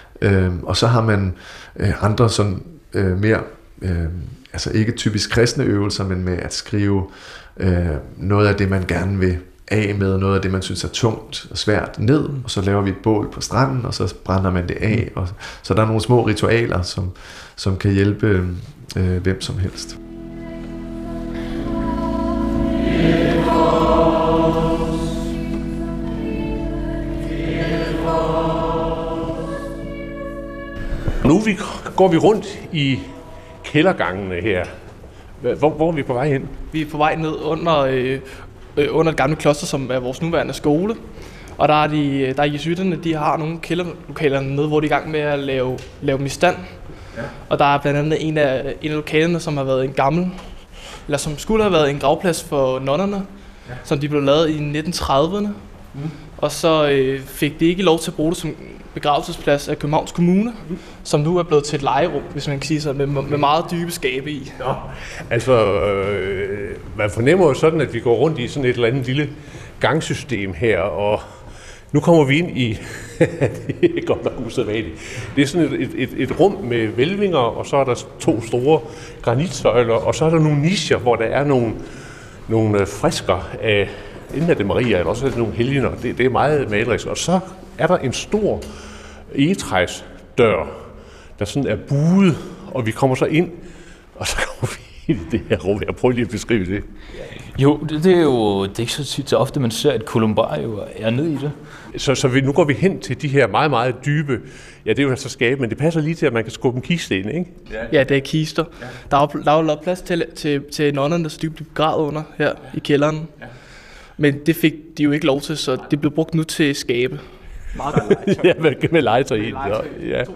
Speaker 3: Og så har man andre sådan mere, altså ikke typisk kristne øvelser, men med at skrive noget af det, man gerne vil af med, noget af det, man synes er tungt og svært ned, og så laver vi et bål på stranden, og så brænder man det af. Og så der er nogle små ritualer, som kan hjælpe hvem som helst.
Speaker 2: Nu går vi rundt i kældergangene her. Hvor er vi på vej hen?
Speaker 1: Vi er på vej ned under det gamle kloster, som er vores nuværende skole. Og der er jesuitterne, de har nogle kælderlokaler nede, hvor de er i gang med at lave dem i stand. Ja. Og der er blandt andet en af lokalerne, som har været en gammel, eller som skulle have været en gravplads for nonnerne, som de blev lavet i 1930'erne. Og så fik de ikke lov til at bruge det som begravelsesplads af Københavns Kommune, som nu er blevet til et legerum, hvis man kan sige sådan, med meget dybe skabe i.
Speaker 2: Nå, altså, man fornemmer jo sådan, at vi går rundt i sådan et eller andet lille gangsystem her, og nu kommer vi ind i, det er godt nok usædvanligt, det er sådan et rum med hvælvinger, og så er der 2 store granitsøjler, og så er der nogle nicher, hvor der er nogle frisker af, enten er det Maria, eller også er det nogle helgener. Det er meget malerisk. Og så er der en stor egetræsdør, der sådan er buet, og vi kommer så ind, og så kommer vi ind i det her rum. Jeg prøver lige at beskrive det.
Speaker 4: Jo, det er ikke så ofte, man ser, at Columbario er nede i det.
Speaker 2: Så nu går vi hen til de her meget, meget dybe, ja, det er jo altså skabe, men det passer lige til, at man kan skubbe en kiste ind, ikke?
Speaker 1: Ja, det er kister. Ja. Der er jo lavet plads til nonnerne, så de blev begravet under her i kælderen. Ja. Men det fik de jo ikke lov til, så det blev brugt nu til skabe.
Speaker 2: Meget med legetøj. Ja, med legetøj.
Speaker 1: Ja. 2 meter langt.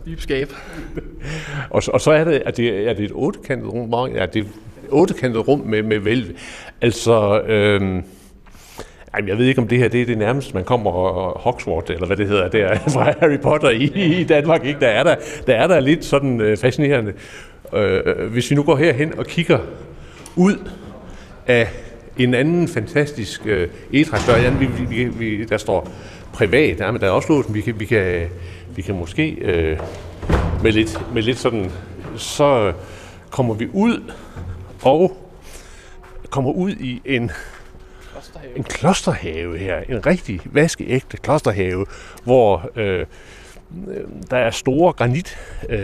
Speaker 1: Dyb skab.
Speaker 2: Og så er det et ottekantet rum. Ja, det er et ottekantet rum med hvælv. Altså, jeg ved ikke, om det her det er det nærmeste, man kommer Hogwarts, eller hvad det hedder, der fra Harry Potter i Danmark. Ikke? Der er der lidt sådan fascinerende. Hvis vi nu går herhen og kigger ud af en anden fantastisk egetræsdør, der står privat, men der er også låsen, vi kan måske med lidt sådan, så kommer vi ud og kommer ud i en klosterhave her, en rigtig vaskeægte klosterhave, hvor der er store granit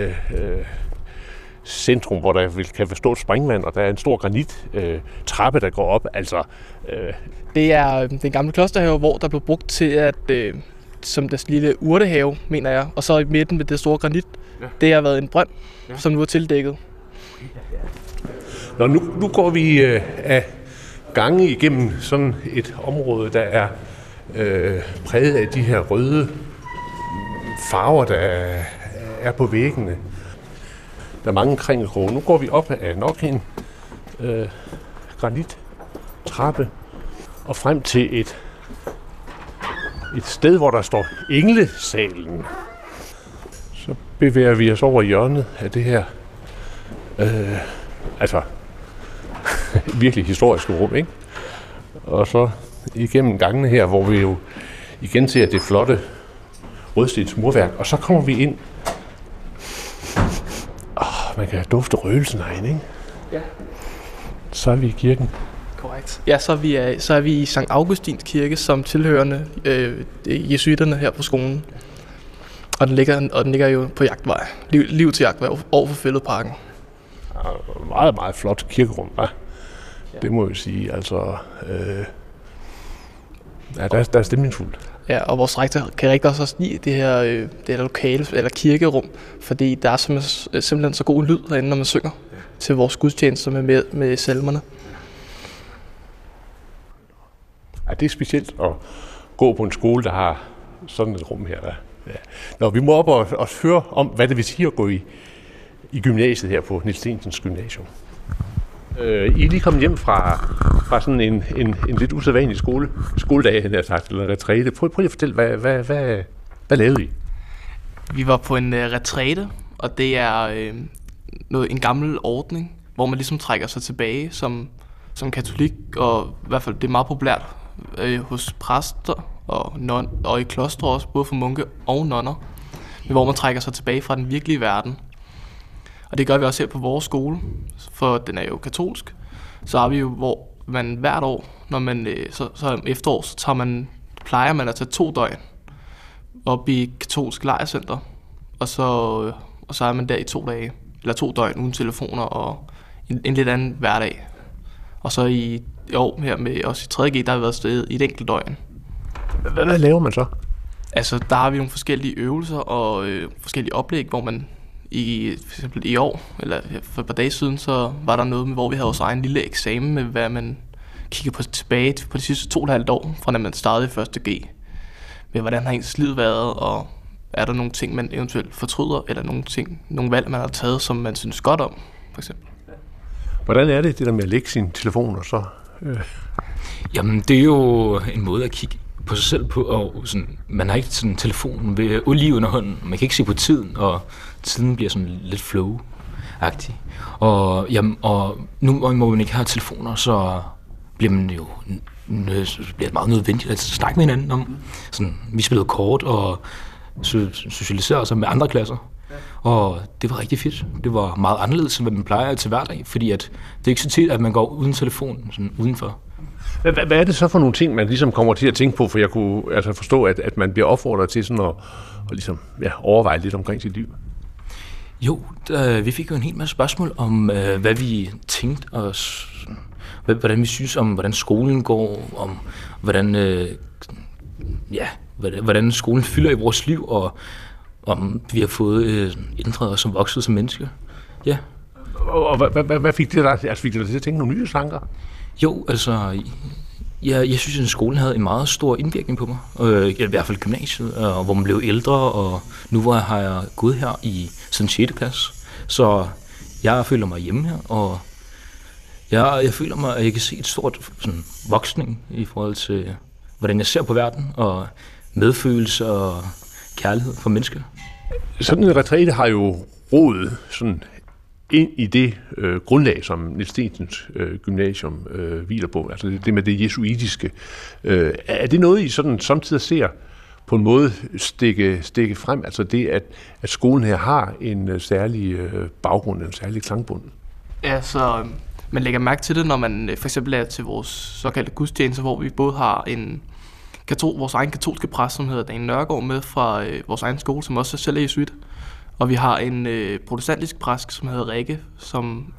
Speaker 2: centrum, hvor der kan stå et springvand, og der er en stor granit trappe, der går op. Altså,
Speaker 1: Det er den gamle klosterhave, hvor der blev brugt til at som deres lille urtehave, mener jeg, og så i midten med det store granit. Ja. Det har været en brønd, som nu er tildækket.
Speaker 2: Nu går vi af gange igennem sådan et område, der er præget af de her røde farver, der er på væggene. Der er mange kringelkroge. Nu går vi op af nok en granittrappe og frem til et sted, hvor der står Englesalen. Så bevæger vi os over hjørnet af det her virkelig historiske rum, ikke? Og så igennem gangene her, hvor vi jo igen ser det flotte rødstens murværk, og så kommer vi ind. Man kan dufte røgelsen herinde, ikke?
Speaker 1: Ja.
Speaker 2: Så er vi i kirken.
Speaker 1: Korrekt. Ja, så er vi i Sankt Augustins kirke som tilhørende jesuitterne her på skolen. Og den ligger jo på Jagtvej. Liv til Jagtvej over for Fælledparken.
Speaker 2: Meget, meget flot kirkerum, hva'? Ja. Det må jeg sige. Altså, der er stemningsfuldt.
Speaker 1: Ja, og vores rektor kan rigtig også lide det her lokale eller kirkerum, fordi der er simpelthen så god lyd derinde, når man synger til vores gudstjenester med salmerne.
Speaker 2: Ja, det er specielt at gå på en skole, der har sådan et rum her. Ja. Nå, vi må op og høre om, hvad det vil sige at gå i gymnasiet her på Niels Steensens Gymnasium. I er lige kommet hjem fra sådan en lidt usædvanlig skoledag, han har sagt, eller retræte. Prøv lige at fortælle, hvad lavede I?
Speaker 1: Vi var på en retræte, og det er en gammel ordning, hvor man ligesom trækker sig tilbage som katolik, og i hvert fald det er meget populært hos præster og i klostre også, både for munke og nonner, hvor man trækker sig tilbage fra den virkelige verden. Og det gør vi også her på vores skole, for den er jo katolsk. Så har vi jo, hvor man hvert år, når man så om efterår, så plejer man at tage 2 døgn op i katolsk lejrcenter, og så er man der i 2 dage, eller 2 døgn uden telefoner og en lidt anden hverdag. Og så i år her med os i 3.G, der har vi været sted i et enkelt døgn.
Speaker 2: Hvad laver man så?
Speaker 1: Altså, der har vi nogle forskellige øvelser og forskellige oplæg, hvor man for eksempel i år, eller for et par dage siden, så var der noget med, hvor vi havde vores egen lille eksamen med, hvad man kigger tilbage på de sidste 2,5 år, fra da man startede i 1.G. Med hvordan har ens liv været, og er der nogle ting, man eventuelt fortryder, eller nogle valg, man har taget, som man synes godt om, for eksempel.
Speaker 2: Hvordan er det der med at lægge sin telefon og så?
Speaker 4: Jamen, det er jo en måde at kigge på sig selv på, og sådan, man har ikke sådan telefonen ved oliven under hånden, man kan ikke se på tiden, og tiden bliver sådan lidt flow-agtig. Og nu må man ikke have telefoner, så bliver man jo bliver meget nødvendigt at snakke med hinanden om. Sådan, vi spillede kort og socialiserede sig med andre klasser. Og det var rigtig fedt. Det var meget anderledes, end hvad man plejer til hverdag, fordi at det er ikke så tit, at man går uden telefon sådan udenfor.
Speaker 2: Hvad er det så for nogle ting, man ligesom kommer til at tænke på, for jeg kunne altså forstå, at man bliver opfordret til sådan at ligesom, overveje lidt omkring sit liv?
Speaker 4: Jo, vi fik jo en hel masse spørgsmål om, hvad vi tænkte os, hvordan vi synes om, hvordan skolen går, om hvordan skolen fylder i vores liv, og om vi har fået ændret os som voksne som mennesker. Ja.
Speaker 2: Og hvad fik det dig? Altså fik det dig til at tænke nogle nye tanker?
Speaker 4: Jo, altså Ja, jeg synes, at skolen havde en meget stor indvirkning på mig. I hvert fald gymnasiet, hvor man blev ældre, og nu har jeg gået her i sådan 6. klasse. Så jeg føler mig hjemme her, og jeg føler mig, at jeg kan se et stort sådan, voksning i forhold til, hvordan jeg ser på verden, og medfølelse og kærlighed for mennesker.
Speaker 2: Sådan en retræte har jo rodet sådan ind i det grundlag, som Niels Steensens gymnasium hviler på, altså det med det jesuitiske. Er det noget, I sådan samtidig ser på en måde stikke frem, altså det, at skolen her har en særlig baggrund, en særlig klangbund?
Speaker 1: Ja, så man lægger mærke til det, når man for eksempel er til vores såkaldte gudstjeneste, hvor vi både har vores egen katolske præst, som hedder Dan Nørgaard, med fra vores egen skole, som også selv er jesuit. Og vi har en protestantisk præst, som hedder Rikke, som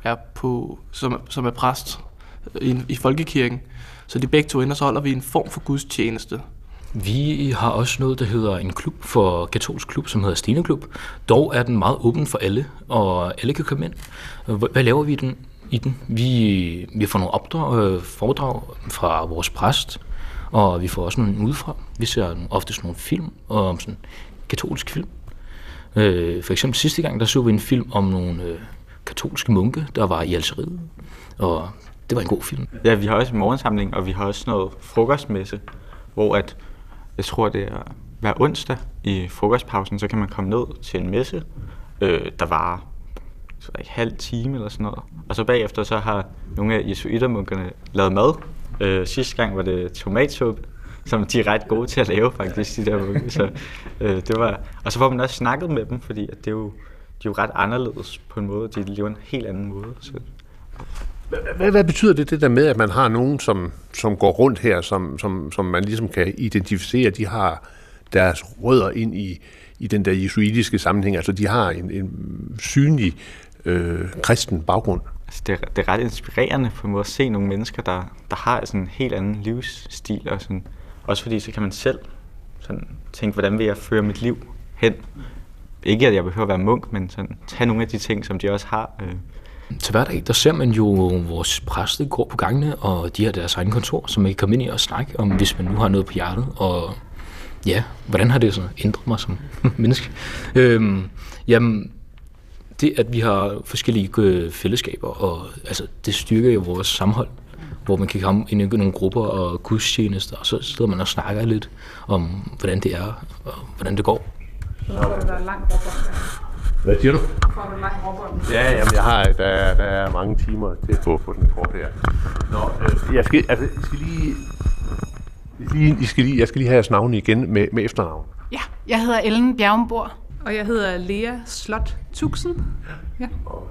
Speaker 1: er præst i folkekirken. Så de begge to ender, så holder vi en form for gudstjeneste.
Speaker 4: Vi har også noget, der hedder en klub for katolsk klub, som hedder Steneklub. Dog er den meget åben for alle, og alle kan komme ind. Hvad laver vi i den? Vi får nogle foredrag fra vores præst, og vi får også nogle udefra. Vi ser oftest nogle film om sådan katolsk film. For eksempel sidste gang, der så vi en film om nogle katolske munke, der var i Algeriet, og det var en god film.
Speaker 5: Ja, vi har også en morgensamling, og vi har også noget frokostmesse, hvor jeg tror, det er hver onsdag i frokostpausen, så kan man komme ned til en messe, der var en halv time eller sådan noget. Og så bagefter så har nogle af jesuitermunkerne lavet mad. Sidste gang var det tomatsuppe, som de er ret gode til at lave faktisk, de der munke. Så, det var, og så får man også snakket med dem, fordi at de er jo ret anderledes på en måde. De lever en helt anden måde. Så.
Speaker 2: Hvad betyder det der med, at man har nogen, som går rundt her, som man ligesom kan identificere, de har deres rødder ind i den der jesuitiske sammenhæng, altså de har en synlig kristen baggrund? Altså
Speaker 5: det er ret inspirerende på en måde at se nogle mennesker, der har sådan en helt anden livsstil, og sådan, også fordi så kan man selv sådan tænke, hvordan vil jeg føre mit liv hen? Ikke at jeg behøver at være munk, men sådan, tage nogle af de ting, som de også har.
Speaker 4: Til hverdag, der ser man jo vores præster går på gangene, og de har deres egen kontor, som man kan komme ind i og snakke om, hvis man nu har noget på hjertet. Og ja, hvordan har det så ændret mig som menneske? Jamen, det at vi har forskellige fællesskaber, og altså, det styrker jo vores sammenhold, hvor man kan komme ind i nogle grupper og gudstjenester, og så sidder man og snakker lidt om, hvordan det er, og hvordan det går.
Speaker 6: Så får du da langt råbånd.
Speaker 2: Hvad siger du?
Speaker 6: Får du langt råbånd?
Speaker 2: Ja, jamen der er mange timer til at få den kort her. Jeg skal lige have jeres navne igen med efternavn.
Speaker 7: Ja, jeg hedder Ellen Bjergenborg.
Speaker 6: Og jeg hedder Lea Slot Tuxen. Ja.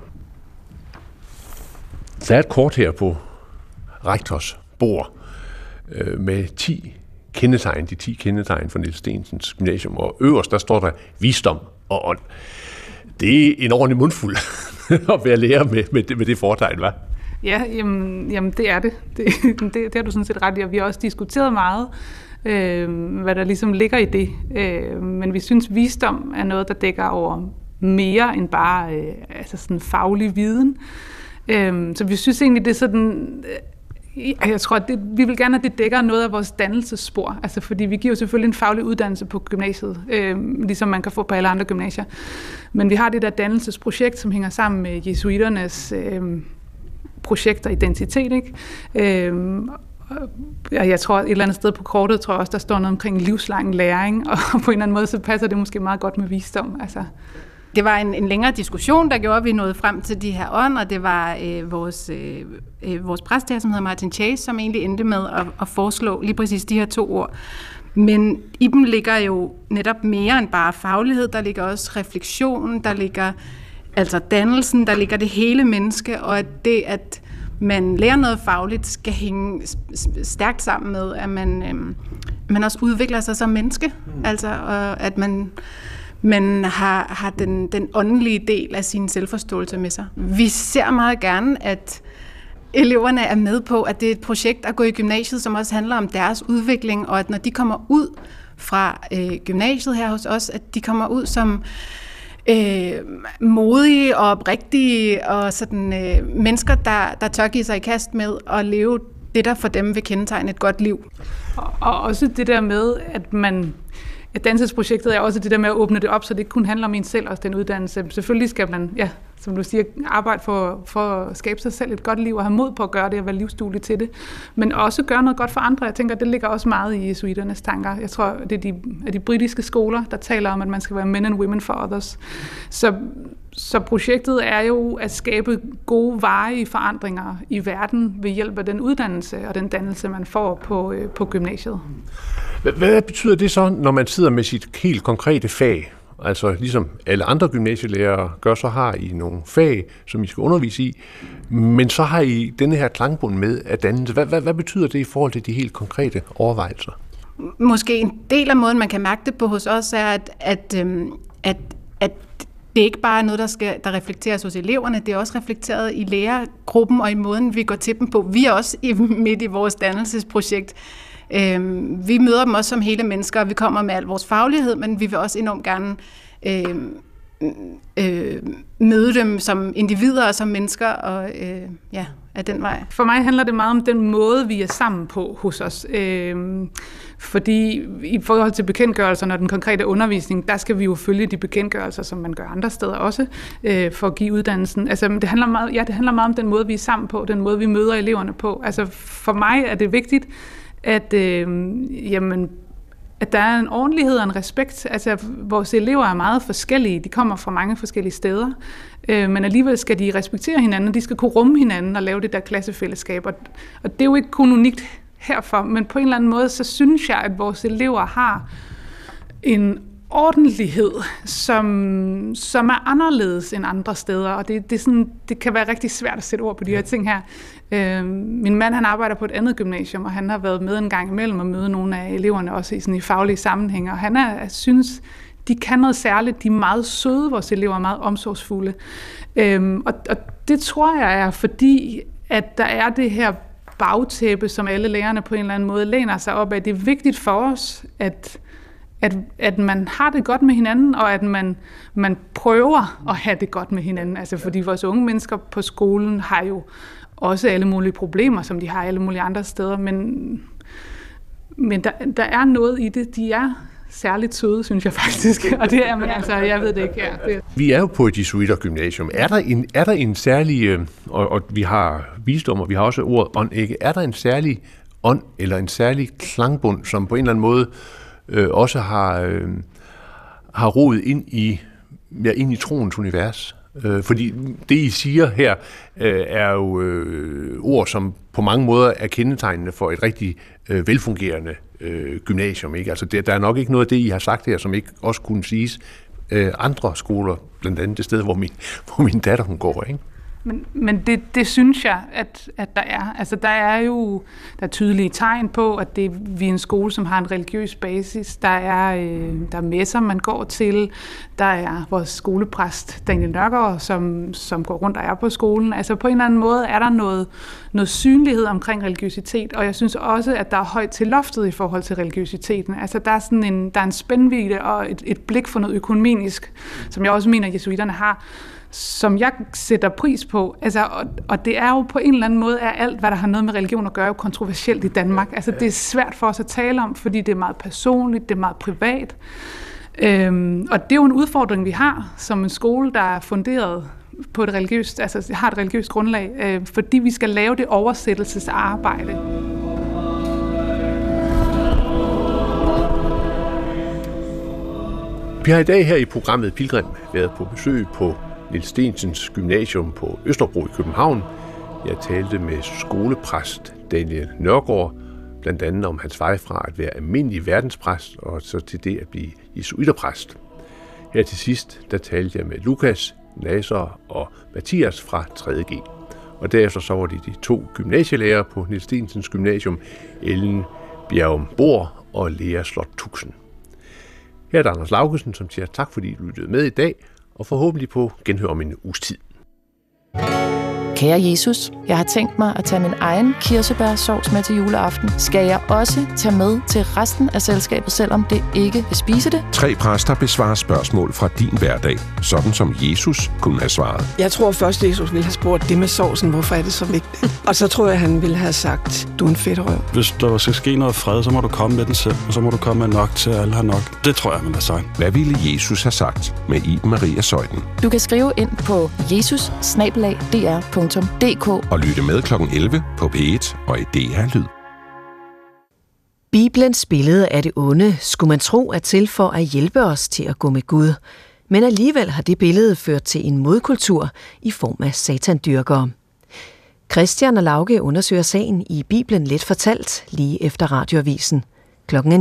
Speaker 2: Der er et kort her på rektors bord med 10 kendetegn, de 10 kendetegn for Niels Steensens gymnasium, og øverst der står der visdom og ånd. Det er en ordentlig mundfuld at være lærer med det fortegn, hva'?
Speaker 6: Ja, jamen det er det. Det har du sådan set ret i, og vi har også diskuteret meget, hvad der ligesom ligger i det. Men vi synes, visdom er noget, der dækker over mere end bare altså sådan faglig viden. Så vi synes egentlig, det er sådan... Jeg tror, at vi vil gerne, at det dækker noget af vores dannelsesspor. Altså, fordi vi giver jo selvfølgelig en faglig uddannelse på gymnasiet, ligesom man kan få på alle andre gymnasier. Men vi har det der dannelsesprojekt, som hænger sammen med jesuiternes projekt og identitet, ikke? Jeg tror, et eller andet sted på kortet, tror jeg også, der står noget omkring livslang læring, og på en eller anden måde, så passer det måske meget godt med visdom. Altså.
Speaker 7: Det var en længere diskussion, der gjorde, at vi nåede frem til de her ånd, og det var vores præst her, som hedder Martin Chase, som egentlig endte med at foreslå lige præcis de her 2 ord. Men i dem ligger jo netop mere end bare faglighed, der ligger også refleksion, der ligger altså dannelsen, der ligger det hele menneske, og at det, at man lærer noget fagligt, skal hænge stærkt sammen med, at man også udvikler sig som menneske, altså og at man har den åndelige del af sin selvforståelse med sig. Vi ser meget gerne, at eleverne er med på, at det er et projekt at gå i gymnasiet, som også handler om deres udvikling, og at når de kommer ud fra gymnasiet her hos os, at de kommer ud som modige og oprigtige og sådan mennesker, der tør give sig i kast med at leve det, der for dem vil kendetegne et godt liv.
Speaker 6: Og også det der med, at dannelsesprojektet er også det der med at åbne det op, så det ikke kun handler om en selv, også den uddannelse. Selvfølgelig skal man, ja, som du siger, arbejde for at skabe sig selv et godt liv og have mod på at gøre det og være livsduelig til det. Men også gøre noget godt for andre. Jeg tænker, det ligger også meget i jesuiternes tanker. Jeg tror, det er de britiske skoler, der taler om, at man skal være men and women for others. Så projektet er jo at skabe gode varige forandringer i verden ved hjælp af den uddannelse og den dannelse, man får på gymnasiet.
Speaker 2: Hvad betyder det så, når man sidder med sit helt konkrete fag? Altså ligesom alle andre gymnasielærere gør, så har I nogle fag, som I skal undervise i, men så har I denne her klangbund med af dannelse. Hvad betyder det i forhold til de helt konkrete overvejelser?
Speaker 7: Måske en del af måden, man kan mærke det på hos os, er, at det ikke bare er noget, der reflekteres hos eleverne, det er også reflekteret i lærergruppen og i måden, vi går til dem på. Vi er også midt i vores dannelsesprojekt. Vi møder dem også som hele mennesker, og vi kommer med al vores faglighed, men vi vil også enormt gerne møde dem som individer og som mennesker, og af den vej.
Speaker 6: For mig handler det meget om den måde, vi er sammen på hos os. Fordi i forhold til bekendtgørelserne og den konkrete undervisning, der skal vi jo følge de bekendtgørelser, som man gør andre steder også, for at give uddannelsen. Altså, det handler meget om den måde, vi er sammen på, den måde, vi møder eleverne på. Altså, for mig er det vigtigt, at der er en ordentlighed og en respekt. Altså, vores elever er meget forskellige. De kommer fra mange forskellige steder. Men alligevel skal de respektere hinanden, de skal kunne rumme hinanden og lave det der klassefællesskab. Og det er jo ikke kun unikt herfor, men på en eller anden måde, så synes jeg, at vores elever har en ordentlighed, som er anderledes end andre steder, og det kan være rigtig svært at sætte ord på de her ting her. Min mand, han arbejder på et andet gymnasium, og han har været med en gang imellem og møde nogle af eleverne også i faglige sammenhænge, og han synes, de kan noget særligt, de er meget søde, vores elever er meget omsorgsfulde. Og det tror jeg er fordi, at der er det her bagtæppe, som alle lærerne på en eller anden måde læner sig op af. Det er vigtigt for os, at man har det godt med hinanden, og at man prøver at have det godt med hinanden. Altså, fordi vores unge mennesker på skolen har jo også alle mulige problemer, som de har alle mulige andre steder, men der er noget i det. De er særligt søde, synes jeg faktisk, og det er man, altså, jeg ved det ikke. Ja.
Speaker 2: Vi er jo på et jesuitergymnasium. Er der en særlig, og vi har visdom, og vi har også ordet ånd, ikke? Er der en særlig ånd, eller en særlig klangbund, som på en eller anden måde også har rodet ind i troens univers? Fordi det, I siger her, er jo ord, som på mange måder er kendetegnende for et rigtig velfungerende gymnasium. Ikke? Altså, der er nok ikke noget af det, I har sagt her, som ikke også kunne siges andre skoler, blandt andet det sted, hvor min datter hun går, ikke?
Speaker 6: Men det synes jeg, at der er. Altså, der er tydelige tegn på, at vi er en skole, som har en religiøs basis. Der er messer, man går til. Der er vores skolepræst, Daniel Nørgaard, som går rundt og er på skolen. Altså, på en eller anden måde er der noget synlighed omkring religiøsitet, og jeg synes også, at der er højt til loftet i forhold til religiøsiteten. Altså, der er en spændvidde og et blik for noget økumenisk, som jeg også mener, at jesuiterne har, som jeg sætter pris på. Altså, og det er jo på en eller anden måde, er alt, hvad der har noget med religion at gøre, jo kontroversielt i Danmark. Altså, det er svært for os at tale om, fordi det er meget personligt, det er meget privat. Og det er jo en udfordring, vi har som en skole, der er funderet på et religiøst, altså har et religiøst grundlag, fordi vi skal lave det oversættelsesarbejde.
Speaker 2: Vi har i dag her i programmet Pilgrim været på besøg på Niels Steensens Gymnasium på Østerbro i København. Jeg talte med skolepræst Daniel Nørgaard, blandt andet om hans vej fra at være almindelig verdenspræst og så til det at blive jesuiterpræst. Her til sidst, der talte jeg med Lukas, Nasser og Mathias fra 3.G. Og derefter så var det de 2 gymnasielærere på Niels Steensens Gymnasium, Ellen Bjerrum Bohr og Lea Slot Tuxen. Her er der Anders Laugesen, som siger tak, fordi du lyttede med i dag, og forhåbentlig på genhør om en uges tid.
Speaker 8: Kære Jesus, jeg har tænkt mig at tage min egen kirsebærsovs med til juleaften. Skal jeg også tage med til resten af selskabet, selvom det ikke vil spise det?
Speaker 9: 3 præster besvarer spørgsmål fra din hverdag, sådan som Jesus kunne have svaret.
Speaker 10: Jeg tror først, Jesus ville have spurgt det med sovsen, hvorfor er det så vigtigt? Og så tror jeg, han ville have sagt, du er en fedtrøv.
Speaker 11: Hvis der skal ske noget fred, så må du komme med den selv, og så må du komme med nok til, at alle har nok. Det tror jeg, man har sagt.
Speaker 9: Hvad ville Jesus have sagt med Iben Maria Zeuthen?
Speaker 8: Du kan skrive ind på jesus@dr.dk
Speaker 9: og lytte med kl. 11 på P1 og i DR Lyd.
Speaker 12: Bibelens billede af det onde skulle man tro er til for at hjælpe os til at gå med Gud. Men alligevel har det billede ført til en modkultur i form af satandyrkere. Christian og Lauke undersøger sagen i Bibelen Let fortalt lige efter Radioavisen. Klokken